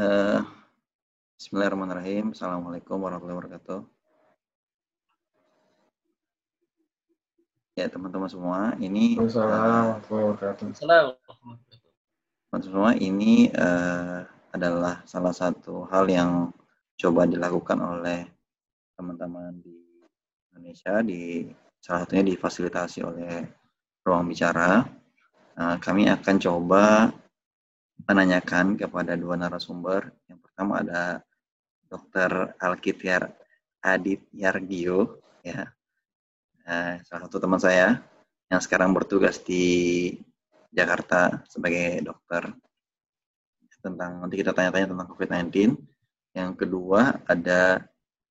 Eh, Bismillahirrahmanirrahim. Assalamualaikum warahmatullahi wabarakatuh. Ya teman-teman semua, Waalaikumsalam warahmatullahi wabarakatuh. Salam. teman semua ini adalah salah satu hal yang coba dilakukan oleh teman-teman di Indonesia, salah satunya difasilitasi oleh Ruang Bicara. Kami akan coba menanyakan kepada dua narasumber. Yang pertama ada Dr. Alkityar Adityargio, ya, salah satu teman saya yang sekarang bertugas di Jakarta sebagai dokter. Nanti kita tanya-tanya tentang COVID-19. Yang kedua ada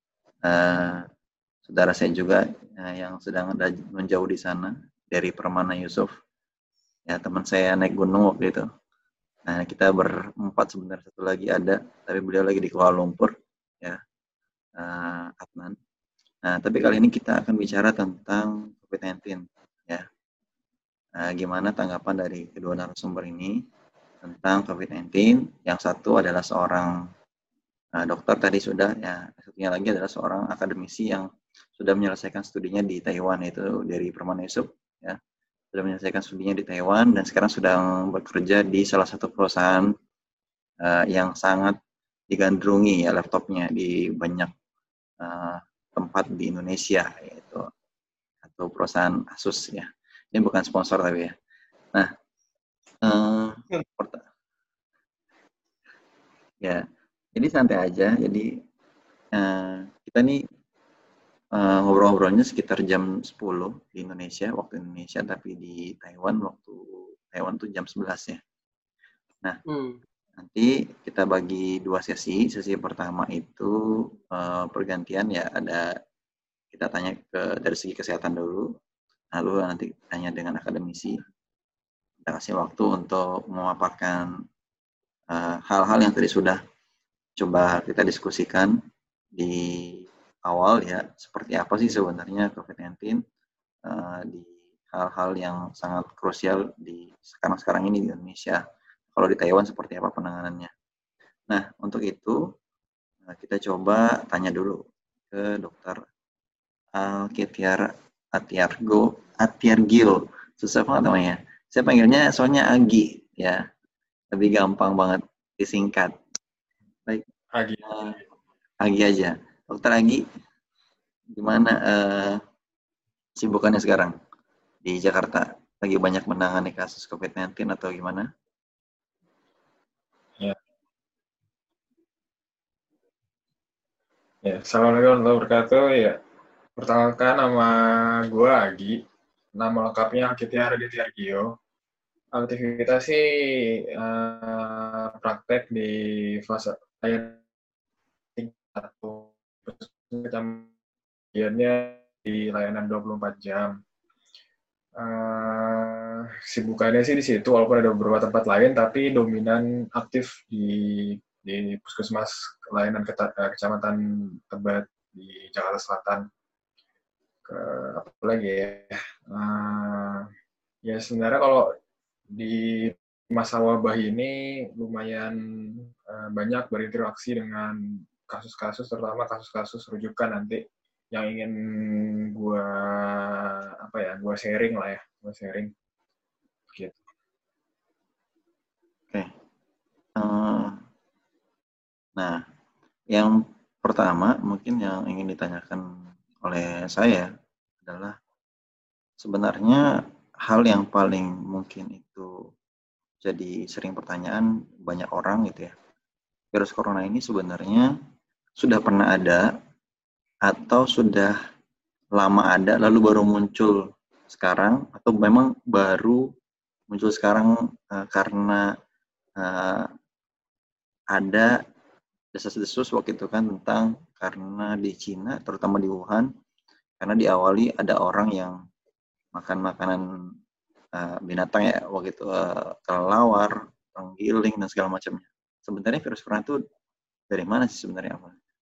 saudara saya juga yang sedang menjauh di sana, dari Permana Yusuf. Ya, teman saya naik gunung waktu itu. Nah, kita berempat sebenarnya, satu lagi ada, tapi beliau lagi di Kuala Lumpur, ya, Adnan. Nah, tapi kali ini kita akan bicara tentang COVID-19, ya. Gimana tanggapan dari kedua narasumber ini tentang COVID-19? Yang satu adalah seorang dokter tadi sudah, ya. Satunya lagi adalah seorang akademisi yang sudah menyelesaikan studinya di Taiwan, yaitu dari Permana Yusuf, ya. Sudah menyelesaikan studinya di Taiwan dan sekarang sedang bekerja di salah satu perusahaan yang sangat digandrungi, ya, laptopnya di banyak tempat di Indonesia, yaitu atau perusahaan Asus, ya. Ini bukan sponsor tapi ya. Nah, ya, jadi santai aja. Jadi kita nih ngobrol-ngobrolnya sekitar jam 10 di Indonesia, waktu Indonesia, tapi di Taiwan waktu Taiwan tuh jam 11 ya. Nah, nanti kita bagi dua sesi. Sesi pertama itu pergantian, ya, ada kita tanya dari segi kesehatan dulu, lalu nanti tanya dengan akademisi. Kita kasih waktu untuk memaparkan hal-hal yang tadi sudah coba kita diskusikan di awal, ya, seperti apa sih sebenarnya COVID-19 di hal-hal yang sangat krusial di sekarang ini di Indonesia. Kalau di Taiwan seperti apa penanganannya. Nah, untuk itu kita coba tanya dulu ke Dr. Alkityar Adityargio. Susah banget namanya. Saya panggilnya soalnya Agi, ya. Lebih gampang banget disingkat. Baik, Agi. Agi aja. Dokter Agi, gimana sibukannya sekarang di Jakarta? Lagi banyak menangani kasus COVID-19 atau gimana? Ya. Assalamualaikum warahmatullahi wabarakatuh. Ya, perkenalkan nama gue Agi. Nama lengkapnya Alkityar Adityargio. Aktivitas sih praktek di fase layanan atau kecamatan di layanan 24 jam. Sibukannya sih di situ, walaupun ada beberapa tempat lain, tapi dominan aktif di puskesmas layanan kecamatan Tebet di Jakarta Selatan. Apa lagi ya? Ya sebenarnya kalau di masa wabah ini lumayan banyak berinteraksi dengan kasus-kasus, terutama kasus-kasus rujukan nanti yang ingin gua sharing lah ya, gua sharing gitu. Oke. Nah, yang pertama mungkin yang ingin ditanyakan oleh saya adalah sebenarnya hal yang paling mungkin itu jadi sering pertanyaan banyak orang gitu ya. Virus corona ini sebenarnya sudah pernah ada atau sudah lama ada lalu baru muncul sekarang, atau memang baru muncul sekarang karena ada desas-desus waktu itu kan tentang karena di Cina, terutama di Wuhan, karena diawali ada orang yang makan makanan binatang, ya, waktu itu kelelawar, tenggiling dan segala macamnya. Sebenarnya virus corona itu dari mana sih sebenarnya, apa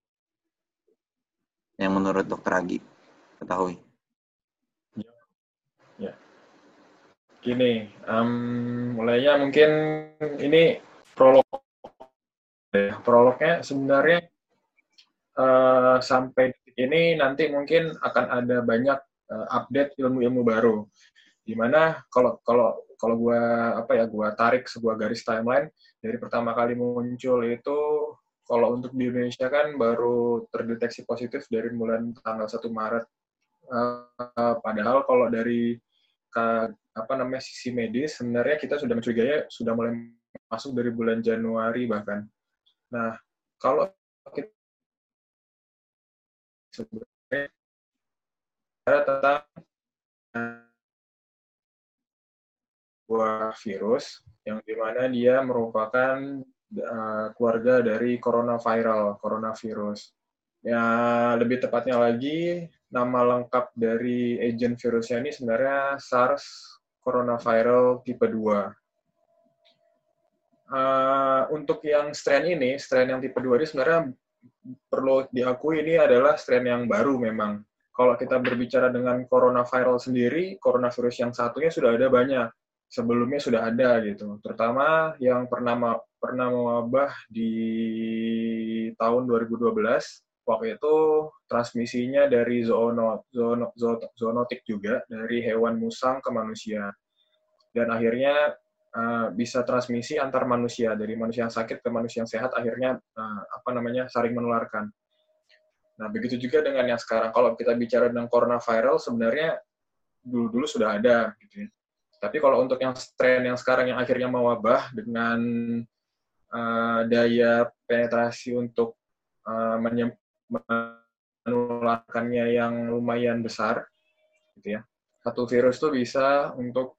yang menurut Dokter Agi ketahui? Ya. Gini, mulainya mungkin ini prolog prolognya sebenarnya sampai detik ini nanti mungkin akan ada banyak update ilmu-ilmu baru. Dimana kalau gue tarik sebuah garis timeline dari pertama kali muncul itu, kalau untuk di Indonesia kan baru terdeteksi positif dari bulan tanggal 1 Maret. Padahal kalau dari sisi medis sebenarnya kita sudah mencurigainya sudah mulai masuk dari bulan Januari bahkan. Nah, kalau kita sebenarnya tentang sebuah virus yang dimana dia merupakan keluarga dari coronavirus. Ya, lebih tepatnya lagi, nama lengkap dari agent virusnya ini sebenarnya SARS coronaviral tipe 2. Untuk yang strain yang tipe 2 ini sebenarnya perlu diakui ini adalah strain yang baru memang. Kalau kita berbicara dengan coronaviral sendiri, coronavirus yang satunya sudah ada banyak. Sebelumnya sudah ada gitu. Terutama yang pernah mewabah di tahun 2012. Waktu itu transmisinya dari zoonotik juga, dari hewan musang ke manusia. Dan akhirnya bisa transmisi antar manusia, dari manusia yang sakit ke manusia yang sehat, akhirnya saling menularkan. Nah, begitu juga dengan yang sekarang. Kalau kita bicara tentang coronavirus, sebenarnya dulu sudah ada, gitu ya. Tapi kalau untuk yang strain yang sekarang yang akhirnya mewabah dengan daya penetrasi untuk menularkannya yang lumayan besar, gitu ya. Satu virus itu bisa untuk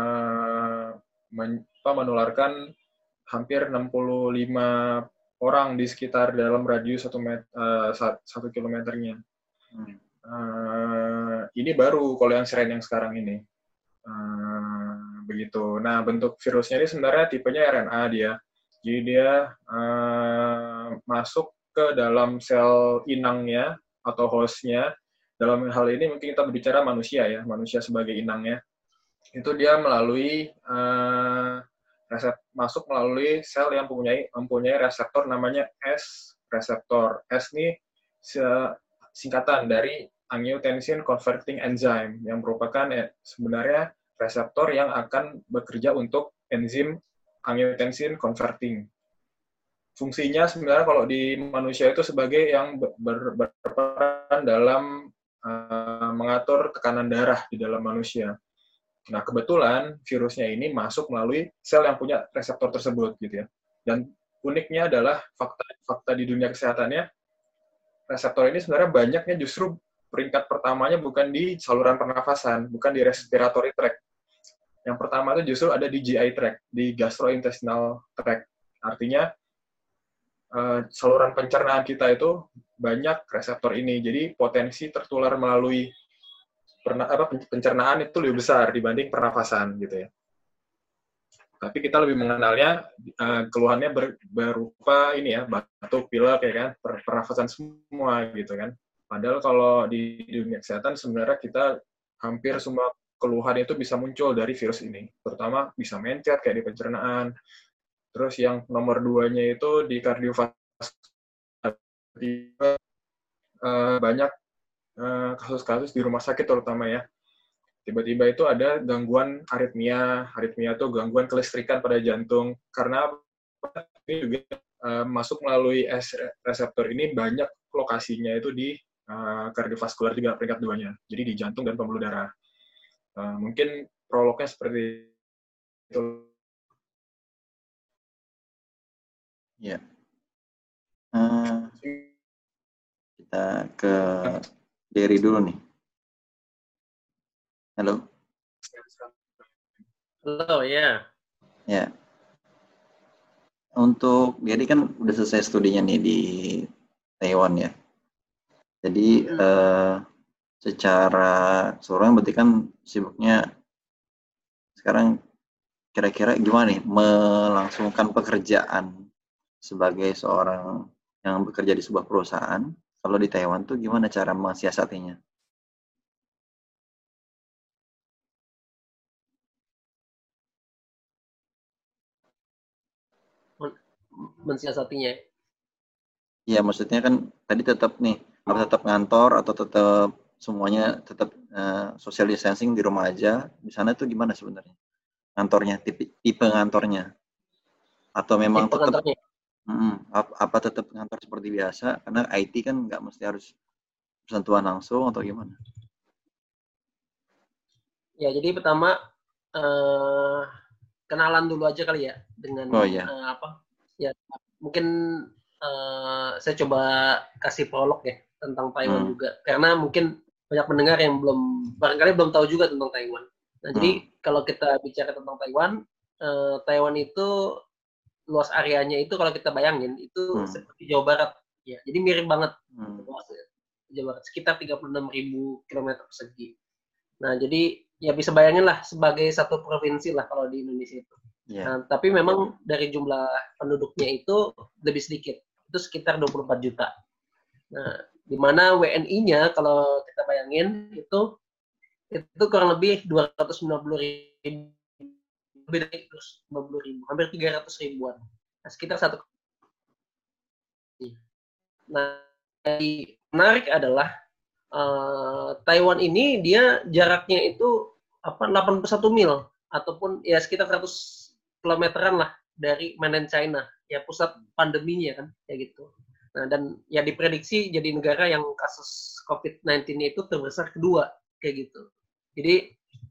menularkan hampir 65 orang di sekitar dalam radius 1 kilometernya. Ini baru kalau yang strain yang sekarang ini. Begitu. Nah, bentuk virusnya ini sebenarnya tipenya RNA dia. Jadi dia masuk ke dalam sel inangnya atau hostnya. Dalam hal ini mungkin kita berbicara manusia ya, manusia sebagai inangnya. Itu dia melalui masuk melalui sel yang mempunyai reseptor namanya S reseptor. S ini singkatan dari angiotensin converting enzyme yang merupakan sebenarnya reseptor yang akan bekerja untuk enzim angiotensin converting. Fungsinya sebenarnya kalau di manusia itu sebagai yang berperan dalam mengatur tekanan darah di dalam manusia. Nah, kebetulan virusnya ini masuk melalui sel yang punya reseptor tersebut, gitu ya. Dan uniknya adalah fakta di dunia kesehatannya, reseptor ini sebenarnya banyaknya justru peringkat pertamanya bukan di saluran pernafasan, bukan di respiratory tract. Yang pertama itu justru ada di GI tract, di gastrointestinal tract. Artinya, saluran pencernaan kita itu banyak reseptor ini. Jadi, potensi tertular melalui pencernaan itu lebih besar dibanding pernafasan gitu ya. Tapi kita lebih mengenalnya keluhannya berupa ini ya, batuk, pilek ya kan, pernafasan semua gitu kan. Padahal kalau di dunia kesehatan sebenarnya kita hampir semua keluhan itu bisa muncul dari virus ini. Terutama bisa mencret kayak di pencernaan. Terus yang nomor 2-nya itu di kardiovaskular, banyak kasus-kasus di rumah sakit terutama ya. Tiba-tiba itu ada gangguan aritmia itu gangguan kelistrikan pada jantung. Karena ini juga masuk melalui reseptor ini banyak lokasinya itu di kardiovaskular juga peringkat 2-nya. Jadi di jantung dan pembuluh darah. Mungkin prolognya seperti itu. Ya. Kita ke Derry dulu nih. Halo. Halo, ya. Ya. Untuk Derry kan udah selesai studinya nih di Taiwan ya. Jadi secara seorang berarti kan sibuknya sekarang kira-kira gimana nih melangsungkan pekerjaan sebagai seorang yang bekerja di sebuah perusahaan. Kalau di Taiwan tuh gimana cara mensiasatinya? mensiasatinya. Iya, maksudnya kan tadi tetap nih, harus tetap ngantor atau tetap semuanya tetap social distancing di rumah aja. Di sana tuh gimana sebenarnya? Ngantornya, tipe ngantornya? Atau memang Tipe tetap kantornya. apa tetap ngantor seperti biasa? Karena IT kan nggak mesti harus bersentuhan langsung atau gimana? Ya, jadi pertama kenalan dulu aja kali ya dengan apa? Ya, mungkin saya coba kasih prolog ya tentang Taiwan juga, karena mungkin banyak pendengar yang barangkali belum tahu juga tentang Taiwan. Nah, jadi kalau kita bicara tentang Taiwan, Taiwan itu luas areanya itu kalau kita bayangin itu seperti Jawa Barat, ya. Jadi mirip banget luasnya Jawa Barat, sekitar 36.000 km persegi. Nah, jadi ya bisa bayangin lah sebagai satu provinsi lah kalau di Indonesia itu. Nah, tapi memang dari jumlah penduduknya itu lebih sedikit. Itu sekitar 24 juta. Nah, di mana WNI-nya kalau kita bayangin itu kurang lebih 290 ribu, lebih dari 250 ribu, hampir 300 ribuan. Nah, sekitar satu. Nah, yang menarik adalah Taiwan ini dia jaraknya itu 81 mil ataupun ya sekitar 100 kilometeran lah dari mainland China, ya pusat pandeminya kan, kayak gitu. Nah, dan ya diprediksi jadi negara yang kasus COVID-19 itu terbesar kedua, kayak gitu. Jadi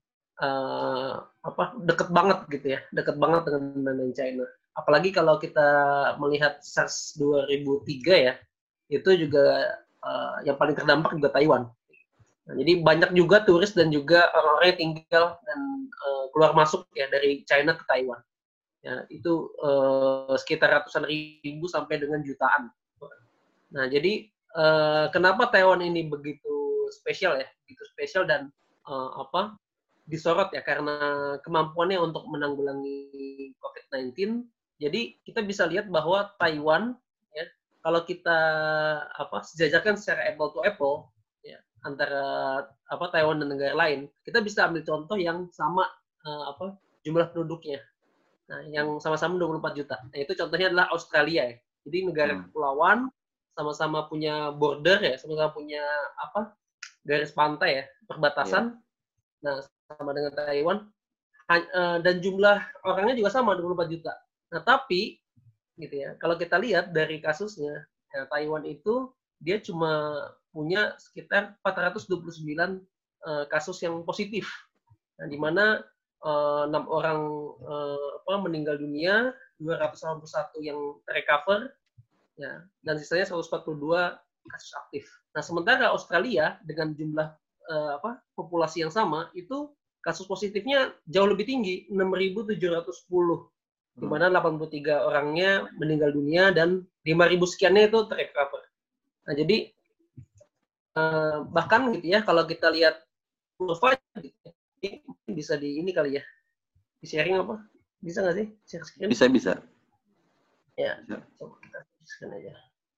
deket banget gitu ya, deket banget dengan mainland China. Apalagi kalau kita melihat SARS 2003 ya, itu juga yang paling terdampak juga Taiwan. Nah, jadi banyak juga turis dan juga orang-orang yang tinggal dan keluar masuk ya dari China ke Taiwan. Ya, itu sekitar ratusan ribu sampai dengan jutaan. Nah, jadi kenapa Taiwan ini begitu spesial ya, begitu spesial dan disorot ya karena kemampuannya untuk menanggulangi COVID-19. Jadi kita bisa lihat bahwa Taiwan ya, kalau kita sejajarkan secara apple to apple ya, antara Taiwan dan negara lain, kita bisa ambil contoh yang sama jumlah penduduknya. Nah, yang sama-sama 24 juta. Nah, itu contohnya adalah Australia ya. Jadi negara kepulauan sama-sama punya border ya, sama-sama punya garis pantai ya, perbatasan. Nah, sama dengan Taiwan dan jumlah orangnya juga sama 24 juta. Nah, tapi gitu ya. Kalau kita lihat dari kasusnya, ya, Taiwan itu dia cuma punya sekitar 429 kasus yang positif. Nah, di mana 6 orang meninggal dunia, 281 yang recover, ya, dan sisanya 142 kasus aktif. Nah, sementara Australia dengan jumlah populasi yang sama itu kasus positifnya jauh lebih tinggi, 6.710, di mana 83 orangnya meninggal dunia dan 5.000 sekiannya itu terrecover. Nah, jadi bahkan gitu ya, kalau kita lihat kurva gitu, bisa di ini kali ya, di sharing apa? Bisa nggak sih share screen? Bisa. Ya, coba kita share aja.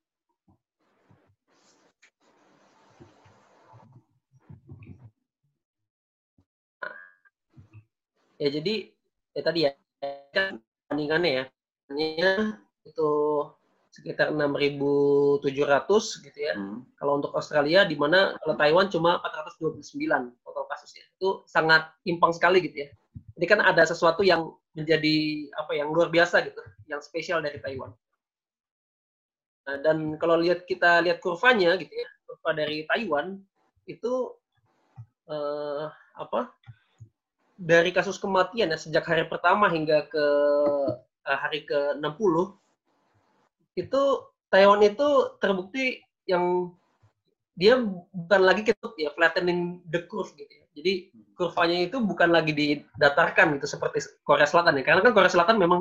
Ya, jadi ya tadi ya kan bandingannya ya, itu sekitar 6.700 gitu ya. Kalau untuk Australia, di mana kalau Taiwan cuma 429 total kasusnya. Itu sangat timpang sekali gitu ya. Jadi kan ada sesuatu yang menjadi yang luar biasa gitu, yang spesial dari Taiwan. Nah, dan kalau kita lihat kurvanya gitu ya, kurva dari Taiwan itu dari kasus kematian ya sejak hari pertama hingga ke hari ke-60 itu Taiwan itu terbukti yang dia bukan lagi ketup ya, flattening the curve gitu ya. Jadi kurvanya itu bukan lagi didatarkan gitu seperti Korea Selatan ya. Karena kan Korea Selatan memang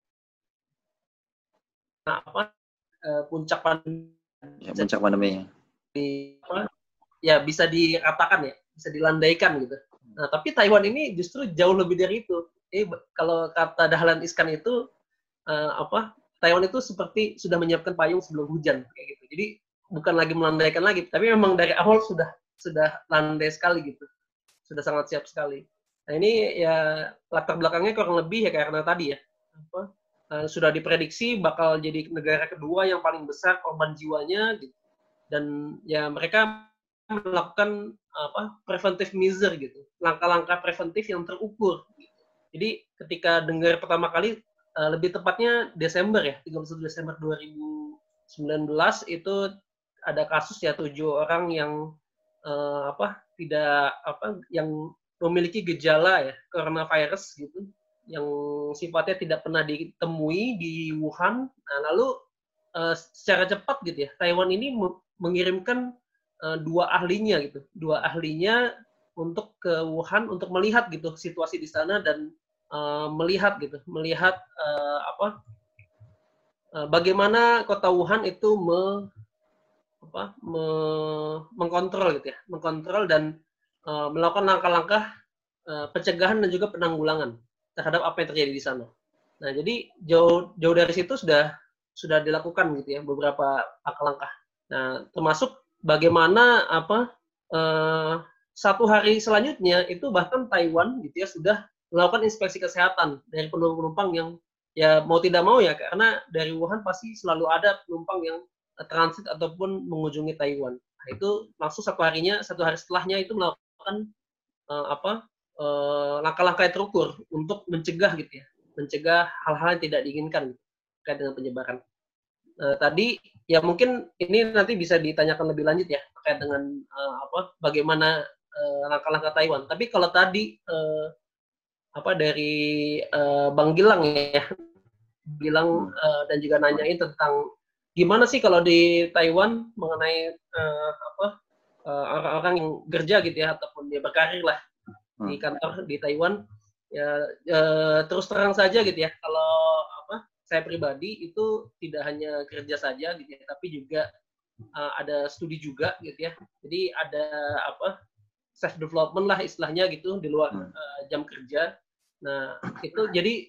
puncak pandeminya. Ya bisa diratakan ya, bisa dilandaikan gitu. Nah, tapi Taiwan ini justru jauh lebih dari itu. Kalau kata Dahlan Iskan itu Taiwan itu seperti sudah menyiapkan payung sebelum hujan kayak gitu. Jadi bukan lagi melandaikan lagi, tapi memang dari awal sudah landai sekali gitu. Sudah sangat siap sekali. Nah, ini ya latar belakangnya kurang lebih ya karena tadi ya sudah diprediksi bakal jadi negara kedua yang paling besar korban jiwanya, gitu. Dan ya mereka melakukan preventive measure gitu, langkah-langkah preventif yang terukur. Gitu. Jadi ketika dengar pertama kali, lebih tepatnya Desember ya, 31 Desember 2019 itu ada kasus ya 7 orang yang yang memiliki gejala ya coronavirus gitu, yang sifatnya tidak pernah ditemui di Wuhan. Nah, lalu secara cepat gitu ya, Taiwan ini mengirimkan dua ahlinya untuk ke Wuhan untuk melihat gitu situasi di sana dan melihat bagaimana kota Wuhan itu mengkontrol gitu ya, mengkontrol dan melakukan langkah-langkah pencegahan dan juga penanggulangan terhadap apa yang terjadi di sana. Nah, jadi jauh dari situ sudah dilakukan gitu ya beberapa langkah-langkah. Nah, termasuk bagaimana satu hari selanjutnya itu bahkan Taiwan gitu ya sudah melakukan inspeksi kesehatan dari penumpang yang ya mau tidak mau ya, karena dari Wuhan pasti selalu ada penumpang yang transit ataupun mengunjungi Taiwan. Nah, itu langsung satu hari setelahnya itu melakukan langkah-langkah yang terukur untuk mencegah gitu ya, mencegah hal-hal yang tidak diinginkan terkait dengan penyebaran. Tadi ya mungkin ini nanti bisa ditanyakan lebih lanjut ya terkait dengan bagaimana langkah-langkah Taiwan. Tapi kalau tadi dari Bang Gilang ya bilang dan juga nanyain tentang gimana sih kalau di Taiwan mengenai orang-orang yang kerja gitu ya ataupun dia berkarir lah di kantor di Taiwan ya, terus terang saja gitu ya, kalau saya pribadi itu tidak hanya kerja saja gitu ya, tapi juga ada studi juga gitu ya. Jadi ada self development lah istilahnya gitu di luar jam kerja. Nah, itu jadi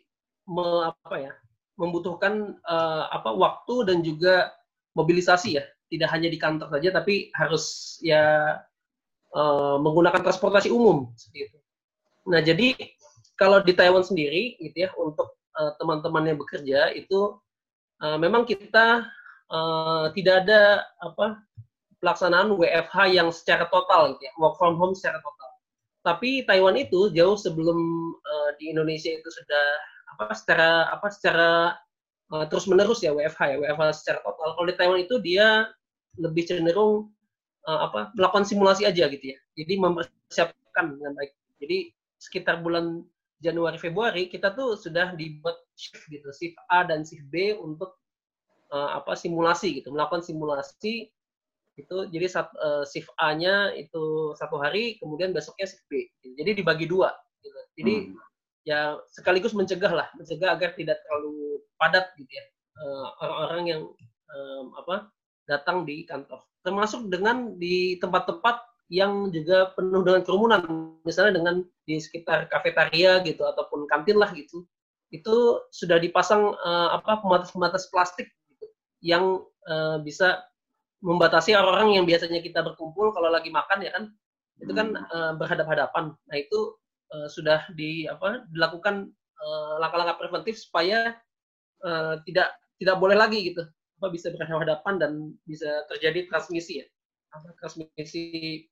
membutuhkan waktu dan juga mobilisasi ya. Tidak hanya di kantor saja, tapi harus ya menggunakan transportasi umum seperti itu. Nah, jadi kalau di Taiwan sendiri gitu ya, untuk teman-teman yang bekerja itu memang kita tidak ada pelaksanaan WFH yang secara total gitu ya, work from home secara total. Tapi Taiwan itu jauh sebelum di Indonesia itu sudah secara terus-menerus ya WFH secara total. Kalau di Taiwan itu dia lebih cenderung melakukan simulasi aja gitu ya. Jadi mempersiapkan dengan baik. Jadi sekitar bulan Januari Februari kita tuh sudah dibuat shift A dan shift B untuk simulasi gitu, melakukan simulasi itu. Jadi shift A-nya itu satu hari, kemudian besoknya shift B. Jadi dibagi dua gitu. Jadi ya sekaligus mencegah agar tidak terlalu padat gitu ya orang-orang yang datang di kantor, termasuk dengan di tempat-tempat yang juga penuh dengan kerumunan, misalnya dengan di sekitar kafetaria gitu ataupun kantin lah gitu, itu sudah dipasang pembatas-pembatas plastik gitu, yang bisa membatasi orang-orang yang biasanya kita berkumpul kalau lagi makan ya kan, itu kan berhadap-hadapan. Nah, itu sudah dilakukan langkah-langkah preventif supaya tidak boleh lagi gitu bisa berhadapan dan bisa terjadi transmisi ya, transmisi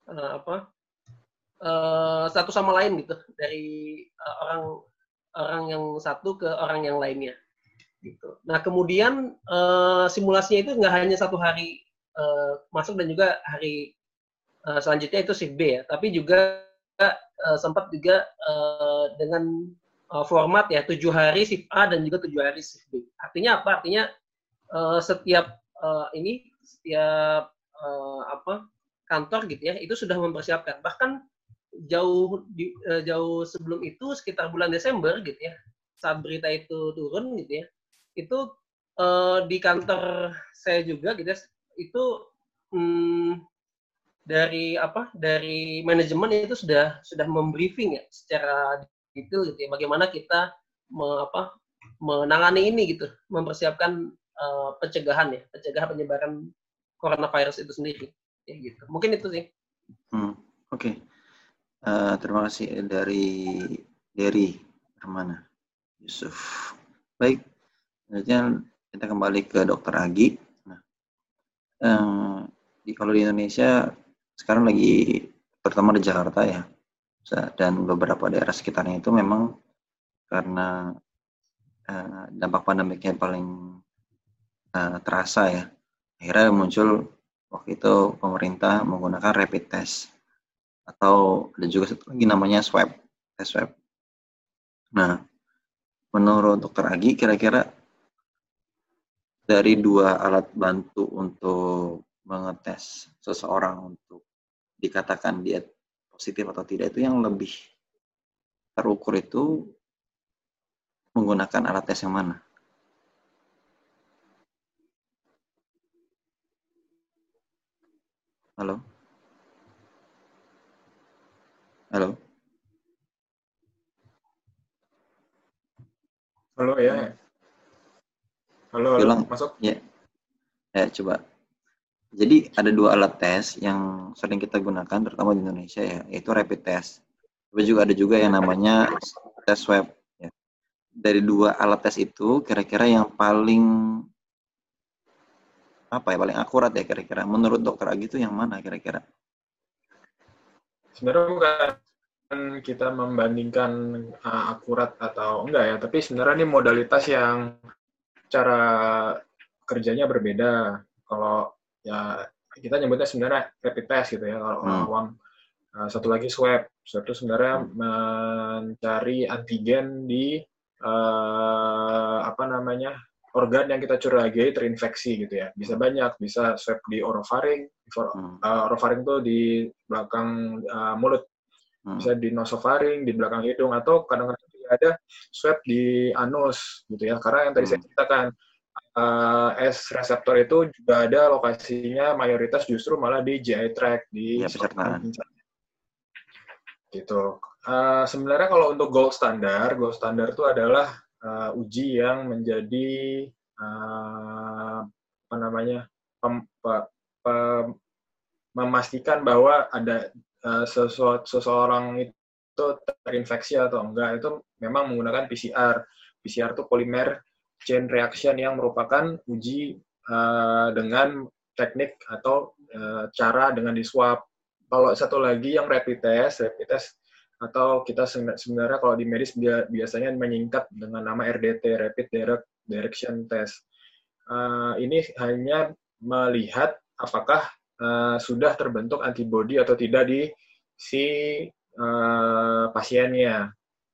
satu sama lain gitu dari orang yang satu ke orang yang lainnya gitu. Nah, kemudian simulasinya itu nggak hanya satu hari masuk dan juga hari selanjutnya itu shift B ya, tapi juga sempat juga dengan format ya 7 hari shift A dan juga 7 hari shift B. Artinya apa? Artinya setiap kantor gitu ya itu sudah mempersiapkan. Bahkan jauh sebelum itu, sekitar bulan Desember gitu ya, saat berita itu turun gitu ya, itu di kantor saya juga gitu ya, itu dari manajemen itu sudah membriefing ya secara detail gitu ya, bagaimana kita menangani ini gitu, mempersiapkan pencegahan penyebaran coronavirus itu sendiri ya gitu. Mungkin itu sih. Oke. Terima kasih dari Hermana Yusuf. Baik, Selanjutnya kita kembali ke Dr. Agi. Nah, kalau di Indonesia sekarang lagi, terutama di Jakarta ya, dan beberapa daerah sekitarnya itu memang karena dampak pandemiknya paling terasa ya. Akhirnya muncul waktu itu pemerintah menggunakan rapid test atau ada juga satu lagi namanya tes swab. Nah, menurut Dr. Agi, kira-kira dari dua alat bantu untuk mengetes seseorang untuk dikatakan dia positif atau tidak, itu yang lebih terukur itu menggunakan alat tes yang mana? Halo? Halo? Halo ya. Halo, Bilang, masuk. ya, coba. Jadi ada dua alat tes yang sering kita gunakan, terutama di Indonesia ya, yaitu rapid test. Tapi juga ada juga yang namanya tes swab. Ya. Dari dua alat tes itu, kira-kira yang paling paling akurat ya kira-kira? Menurut Dokter Agi itu yang mana kira-kira? Sebenarnya bukan kita membandingkan akurat atau enggak ya, tapi sebenarnya ini modalitas yang cara kerjanya berbeda. Kalau ya kita nyebutnya sebenarnya rapid test gitu ya, kalau orang awam. Satu lagi swab. Swab itu sebenarnya mencari antigen di organ yang kita curigai terinfeksi gitu ya. Bisa banyak, bisa swab di orofaring. Orofaring itu di belakang mulut. Bisa di nasofaring, di belakang hidung, atau kadang-kadang juga ada swab di anus gitu ya. Karena yang tadi saya ceritakan, S reseptor itu juga ada lokasinya mayoritas justru malah di GI tract, di pencernaan. Gitu. Sebenarnya kalau untuk gold standar itu adalah uji yang menjadi memastikan bahwa ada seseorang itu terinfeksi atau enggak, itu memang menggunakan PCR. PCR itu polymer chain reaction yang merupakan uji dengan teknik atau cara dengan diswab. Kalau satu lagi yang rapid test atau kita sebenarnya kalau di medis biasanya menyingkat dengan nama RDT, Rapid Direct Direction Test. Ini hanya melihat apakah sudah terbentuk antibodi atau tidak di si pasiennya.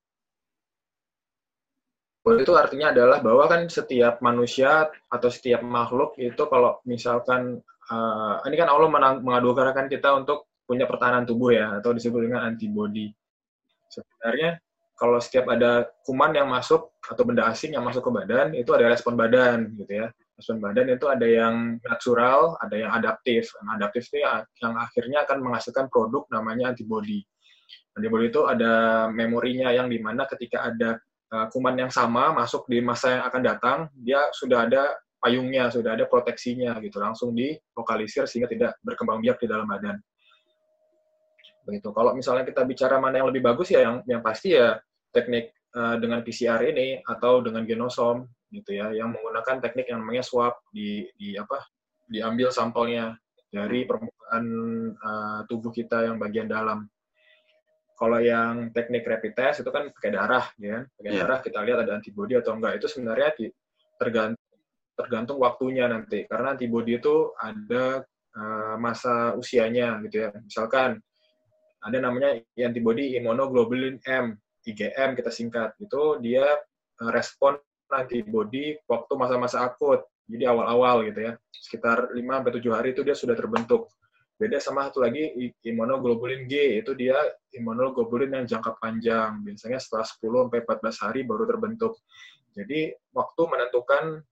Itu artinya adalah bahwa kan setiap manusia atau setiap makhluk itu kalau misalkan ini kan Allah mengadukan kita untuk punya pertahanan tubuh ya, atau disebut dengan antibodi. Sebenarnya kalau setiap ada kuman yang masuk atau benda asing yang masuk ke badan, itu ada respon badan gitu ya. Respon badan itu ada yang natural, ada yang adaptif. Yang adaptif itu yang akhirnya akan menghasilkan produk namanya antibodi. Antibodi itu ada memorinya yang dimana ketika ada kuman yang sama masuk di masa yang akan datang, dia sudah ada payungnya, sudah ada proteksinya gitu, langsung dilokalisir sehingga tidak berkembang biak di dalam badan. Begitu. Kalau misalnya kita bicara mana yang lebih bagus ya, yang pasti ya teknik dengan PCR ini atau dengan genosom gitu ya, yang menggunakan teknik yang namanya swab, diambil sampelnya dari permukaan tubuh kita yang bagian dalam. Kalau yang teknik rapid test itu kan pakai darah, ya, pakai darah kita lihat ada antibodi atau enggak. Itu sebenarnya tergantung waktunya nanti, karena antibodi itu ada masa usianya gitu ya. Misalkan ada namanya antibodi immunoglobulin M, IgM kita singkat. Itu dia respon antibodi waktu masa-masa akut. Jadi awal-awal gitu ya. Sekitar 5-7 hari itu dia sudah terbentuk. Beda sama satu lagi immunoglobulin G, itu dia immunoglobulin yang jangka panjang. Biasanya setelah 10-14 hari baru terbentuk. Jadi waktu menentukan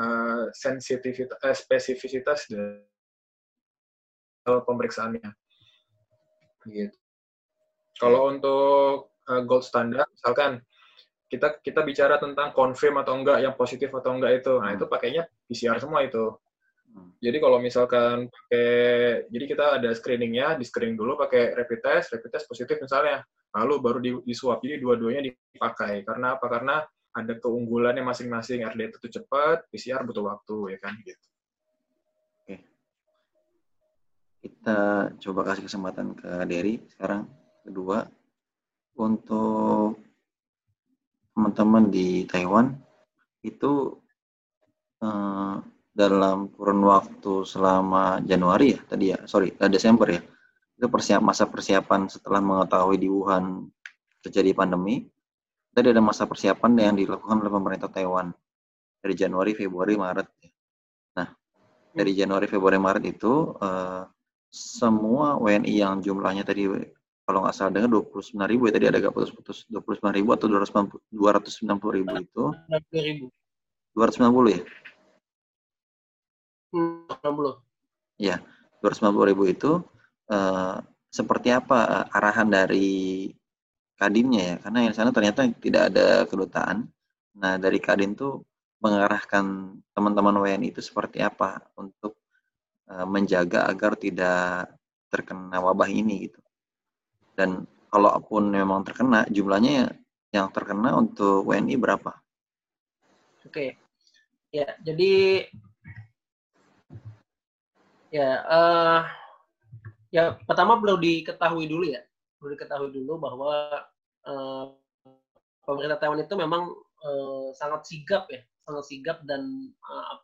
spesifisitas dari pemeriksaannya. Gitu. Kalau untuk gold standard, misalkan kita bicara tentang confirm atau enggak, yang positif atau enggak itu, nah itu pakainya PCR semua itu. Jadi kalau misalkan jadi kita ada screeningnya, di screening dulu pakai rapid test positif misalnya, lalu baru di swab. Jadi dua-duanya dipakai. Karena apa? Karena ada keunggulannya masing-masing. RDT itu cepat, PCR butuh waktu, ya kan? Gitu. Oke. Kita coba kasih kesempatan ke Dery sekarang. Kedua, untuk teman-teman di Taiwan itu dalam kurun waktu selama Januari ya tadi ya, Desember ya, itu masa persiapan setelah mengetahui di Wuhan terjadi pandemi. Tadi ada masa persiapan yang dilakukan oleh pemerintah Taiwan dari Januari, Februari, Maret. Nah, dari Januari, Februari, Maret itu semua WNI yang jumlahnya tadi kalau nggak salah dengar 29.000 ya, tadi ada agak putus-putus, 29.000 atau 290.000 itu 290 ya? 290. Ya, 290.000 itu seperti apa arahan dari Kadinnya ya? Karena yang sana ternyata tidak ada kedutaan. Nah, dari Kadin tuh mengarahkan teman-teman WNI itu seperti apa untuk menjaga agar tidak terkena wabah ini gitu. Dan kalaupun memang terkena, jumlahnya yang terkena untuk WNI berapa? Oke. Ya, jadi ya pertama perlu diketahui dulu bahwa pemerintah Taiwan itu memang sangat sigap dan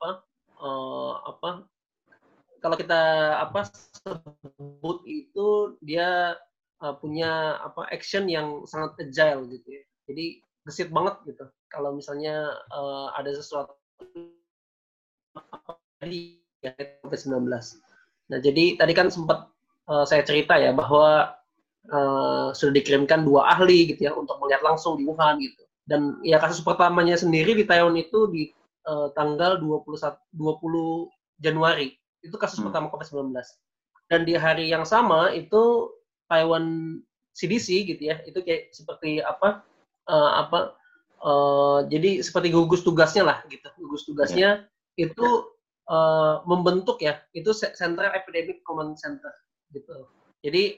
kalau kita sebut itu dia punya action yang sangat agile gitu ya. Jadi gesit banget gitu. Kalau misalnya ada sesuatu tadi ya COVID-19. Nah, jadi tadi kan sempat saya cerita ya bahwa sudah dikirimkan 2 ahli gitu ya untuk melihat langsung di Wuhan gitu. Dan ya kasus pertamanya sendiri di Taiwan itu di tanggal 20 Januari. Itu kasus pertama COVID-19. Dan di hari yang sama itu Taiwan CDC gitu ya, itu kayak seperti jadi seperti gugus tugasnya lah gitu. Gugus tugasnya itu membentuk ya, itu Central Epidemic Command Center gitu. Jadi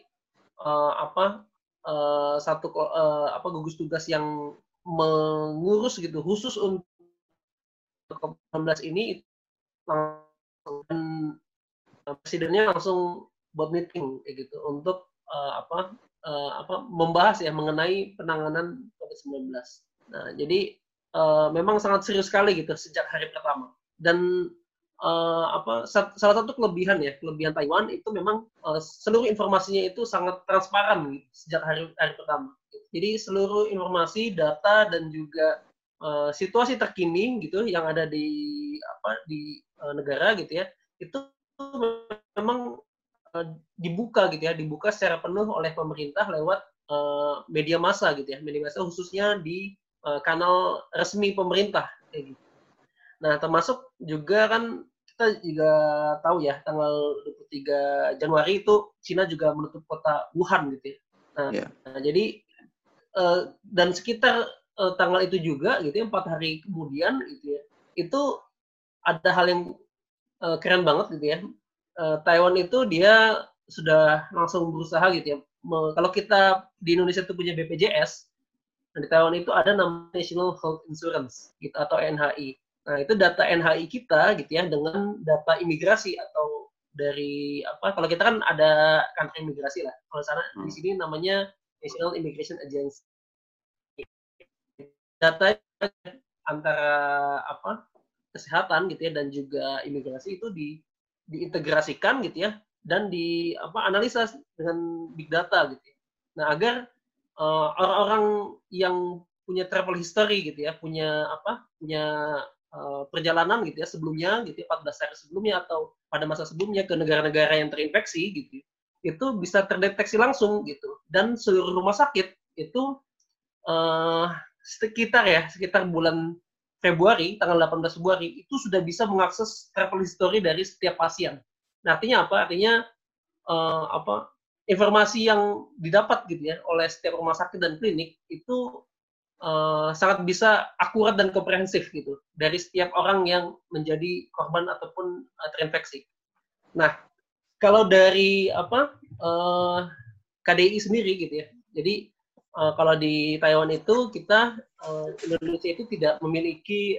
gugus tugas yang mengurus gitu khusus untuk COVID-19 ini dan presidennya langsung buat meeting kayak gitu untuk membahas ya mengenai penanganan COVID-19. Nah, jadi memang sangat serius sekali gitu sejak hari pertama. Dan salah satu kelebihan Taiwan itu memang seluruh informasinya itu sangat transparan gitu, sejak hari pertama. Jadi seluruh informasi, data dan juga situasi terkini gitu yang ada di negara gitu ya, itu memang dibuka secara penuh oleh pemerintah lewat media massa gitu ya, media massa khususnya di kanal resmi pemerintah kayak gitu. Nah, termasuk juga kan kita juga tahu ya tanggal 23 Januari itu Cina juga menutup kota Wuhan gitu ya. Nah, jadi dan sekitar tanggal itu juga gitu ya, 4 hari kemudian gitu ya, itu ada hal yang keren banget gitu ya. Taiwan itu dia sudah langsung berusaha gitu ya. Kalau kita di Indonesia itu punya BPJS, di Taiwan itu ada namanya National Health Insurance gitu atau NHI. Nah, itu data NHI kita gitu ya dengan data imigrasi atau dari kalau kita kan ada kantor imigrasi lah. Kalau sana di sini namanya National Immigration Agency. Data antara kesehatan gitu ya dan juga imigrasi itu diintegrasikan gitu ya dan analisa dengan big data gitu ya. Nah, agar orang-orang yang punya travel history gitu ya, punya perjalanan gitu ya sebelumnya gitu ya, 14 hari sebelumnya atau pada masa sebelumnya ke negara-negara yang terinfeksi gitu, itu bisa terdeteksi langsung gitu. Dan seluruh rumah sakit itu sekitar bulan Februari, tanggal 18 Februari, itu sudah bisa mengakses travel history dari setiap pasien. Nah, artinya apa? Artinya informasi yang didapat gitu ya oleh setiap rumah sakit dan klinik itu sangat bisa akurat dan komprehensif gitu dari setiap orang yang menjadi korban ataupun terinfeksi. Nah, kalau dari KDI sendiri gitu ya, jadi kalau di Taiwan itu kita Indonesia itu tidak memiliki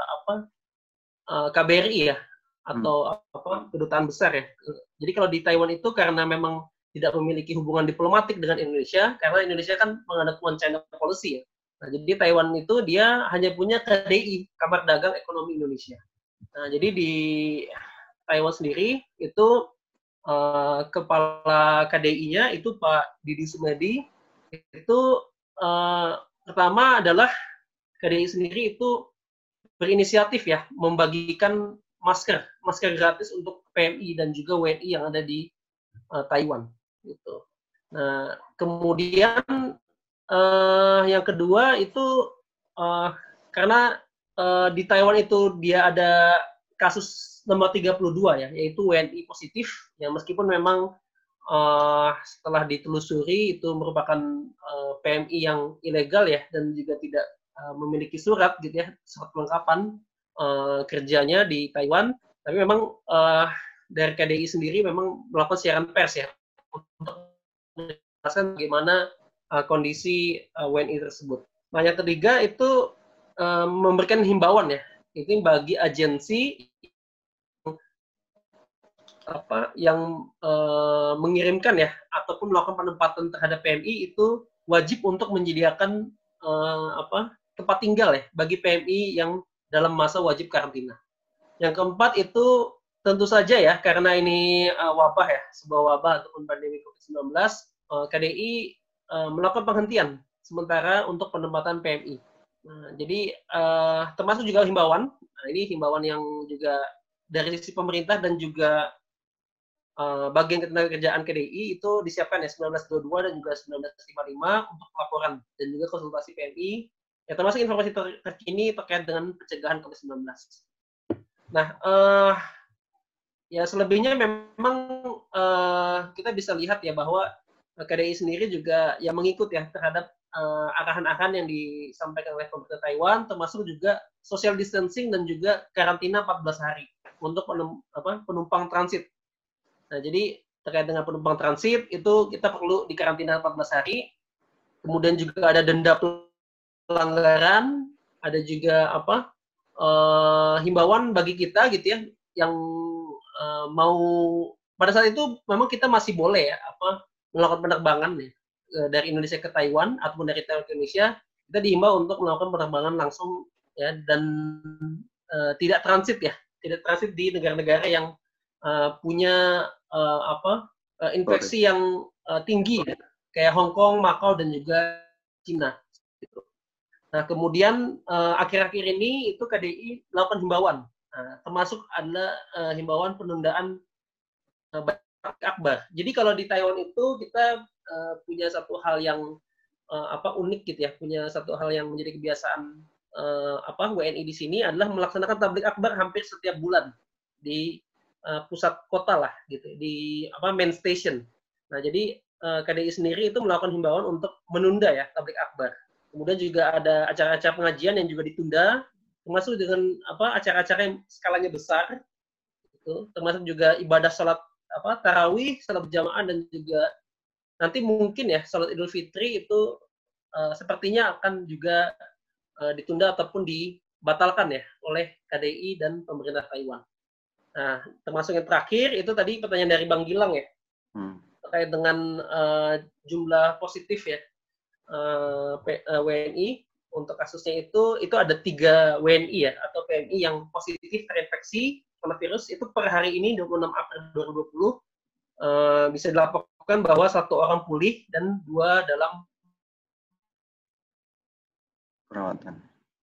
KBRI ya, atau kedutaan besar ya. Jadi kalau di Taiwan itu karena memang tidak memiliki hubungan diplomatik dengan Indonesia, karena Indonesia kan menganut One China Policy ya. Nah, jadi Taiwan itu dia hanya punya KDI, Kamar Dagang Ekonomi Indonesia. Nah, jadi di Taiwan sendiri itu kepala KDI-nya itu Pak Didi Sumedi. Itu pertama adalah KDI sendiri itu berinisiatif ya membagikan masker gratis untuk PMI dan juga WNI yang ada di Taiwan gitu. Nah, kemudian yang kedua itu karena di Taiwan itu dia ada kasus nomor 32 ya, yaitu WNI positif yang meskipun memang setelah ditelusuri itu merupakan PMI yang ilegal ya dan juga tidak memiliki surat gitu ya, surat kelengkapan kerjanya di Taiwan, tapi memang dari KDI sendiri memang melakukan siaran pers ya untuk menjelaskan bagaimana kondisi WNI tersebut. Nah, yang ketiga itu memberikan himbauan ya, ini bagi agensi yang mengirimkan ya ataupun melakukan penempatan terhadap PMI itu wajib untuk menyediakan tempat tinggal ya bagi PMI yang dalam masa wajib karantina. Yang keempat itu tentu saja ya karena ini wabah ya, sebuah wabah ataupun pandemi COVID-19, KDI melakukan penghentian sementara untuk penempatan PMI. Nah, jadi termasuk juga himbauan. Nah, ini himbauan yang juga dari sisi pemerintah dan juga bagian ketenagakerjaan KDI itu disiapkan ya 1922 dan juga 1955 untuk laporan dan juga konsultasi PMI ya termasuk informasi terkini terkait dengan pencegahan COVID-19. Nah, ya selebihnya memang kita bisa lihat ya bahwa KDI sendiri juga ya mengikut ya terhadap arahan-arahan yang disampaikan oleh pemerintah Taiwan, termasuk juga social distancing dan juga karantina 14 hari untuk penumpang transit. Nah, jadi terkait dengan penumpang transit itu kita perlu dikarantina 14 hari. Kemudian juga ada denda pelanggaran, ada juga himbauan bagi kita gitu ya yang mau pada saat itu memang kita masih boleh ya melakukan penerbangan ya dari Indonesia ke Taiwan ataupun dari Taiwan ke Indonesia, kita dihimbau untuk melakukan penerbangan langsung ya dan tidak transit di negara-negara yang punya infeksi yang tinggi ya, kayak Hong Kong, Makau dan juga Cina. Gitu. Nah kemudian akhir-akhir ini itu KDI melakukan himbauan, termasuk ada himbauan penundaan akbar. Jadi kalau di Taiwan itu kita punya satu hal yang unik gitu ya, punya satu hal yang menjadi kebiasaan WNI di sini adalah melaksanakan tablik akbar hampir setiap bulan di pusat kota lah gitu, di main station. Nah jadi KDI sendiri itu melakukan himbauan untuk menunda ya tablik akbar. Kemudian juga ada acara-acara pengajian yang juga ditunda, termasuk dengan acara-acara yang skalanya besar, gitu. Termasuk juga ibadah sholat tarawih, sholat berjamaah dan juga nanti mungkin ya sholat Idul Fitri itu sepertinya akan juga ditunda ataupun dibatalkan ya oleh KDI dan pemerintah Taiwan. Nah, termasuk yang terakhir itu tadi pertanyaan dari Bang Gilang ya, terkait dengan jumlah positif ya WNI untuk kasusnya itu ada 3 WNI ya atau PMI yang positif terinfeksi coronavirus itu per hari ini 26 April 2020 bisa dilaporkan bahwa 1 orang pulih dan 2 dalam perawatan.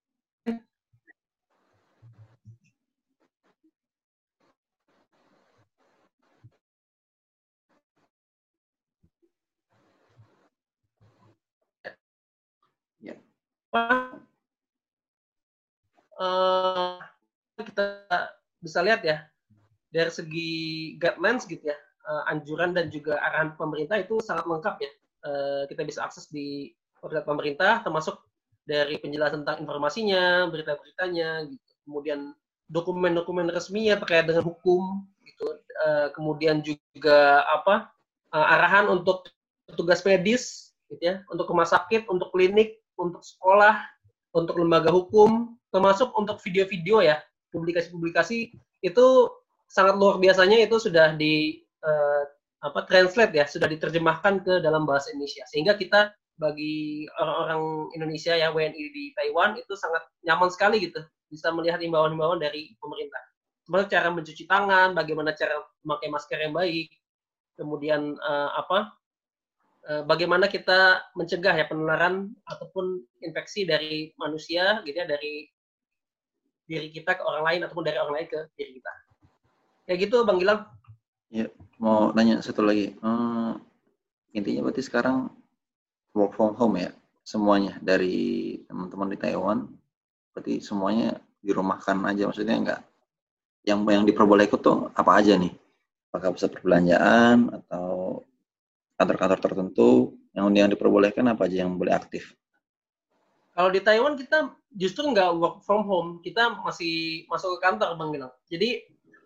Kita bisa lihat ya dari segi guidelines gitu ya, anjuran dan juga arahan pemerintah itu sangat lengkap ya. Kita bisa akses di website pemerintah termasuk dari penjelasan tentang informasinya, berita-beritanya gitu. Kemudian dokumen-dokumen resminya terkait dengan hukum gitu. Kemudian juga arahan untuk petugas medis gitu ya, untuk rumah sakit, untuk klinik, untuk sekolah, untuk lembaga hukum, termasuk untuk video-video ya, publikasi-publikasi itu sangat luar biasanya itu sudah di translate ya, sudah diterjemahkan ke dalam bahasa Indonesia, sehingga kita bagi orang-orang Indonesia ya WNI di Taiwan itu sangat nyaman sekali gitu, bisa melihat himbauan-himbauan dari pemerintah. Bagaimana cara mencuci tangan, bagaimana cara memakai masker yang baik, kemudian bagaimana kita mencegah ya penularan ataupun infeksi dari manusia gitu ya, dari diri kita ke orang lain ataupun dari orang lain ke diri kita. Kayak gitu Bang Gilang. Ya, mau nanya satu lagi. Intinya berarti sekarang work from home ya semuanya dari teman-teman di Taiwan. Berarti semuanya dirumahkan aja, maksudnya enggak yang diperbolehkan tuh apa aja nih? Apakah pusat perbelanjaan atau kantor-kantor tertentu yang diperbolehkan apa aja yang boleh aktif? Kalau di Taiwan kita justru nggak work from home, kita masih masuk ke kantor Bang Gilang. Jadi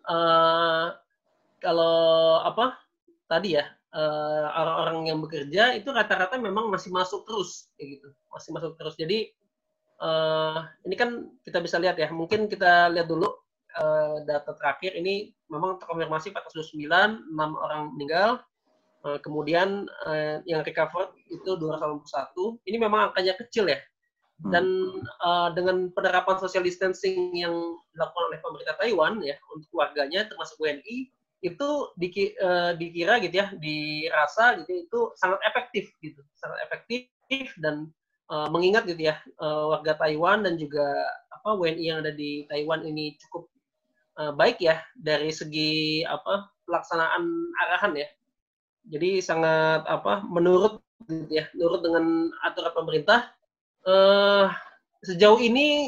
kalau tadi ya orang-orang yang bekerja itu rata-rata memang masih masuk terus kayak gitu, masih masuk terus. Jadi ini kan kita bisa lihat ya, mungkin kita lihat dulu data terakhir ini memang terkonfirmasi 429, 6 orang meninggal, kemudian yang recover itu 281. Ini memang angkanya kecil ya. Dan dengan penerapan social distancing yang dilakukan oleh pemerintah Taiwan ya untuk warganya termasuk WNI itu dikira gitu ya, dirasa gitu itu sangat efektif gitu, sangat efektif dan mengingat gitu ya warga Taiwan dan juga WNI yang ada di Taiwan ini cukup baik ya dari segi pelaksanaan arahan ya. Jadi sangat menurut gitu ya, menurut dengan aturan pemerintah. Sejauh ini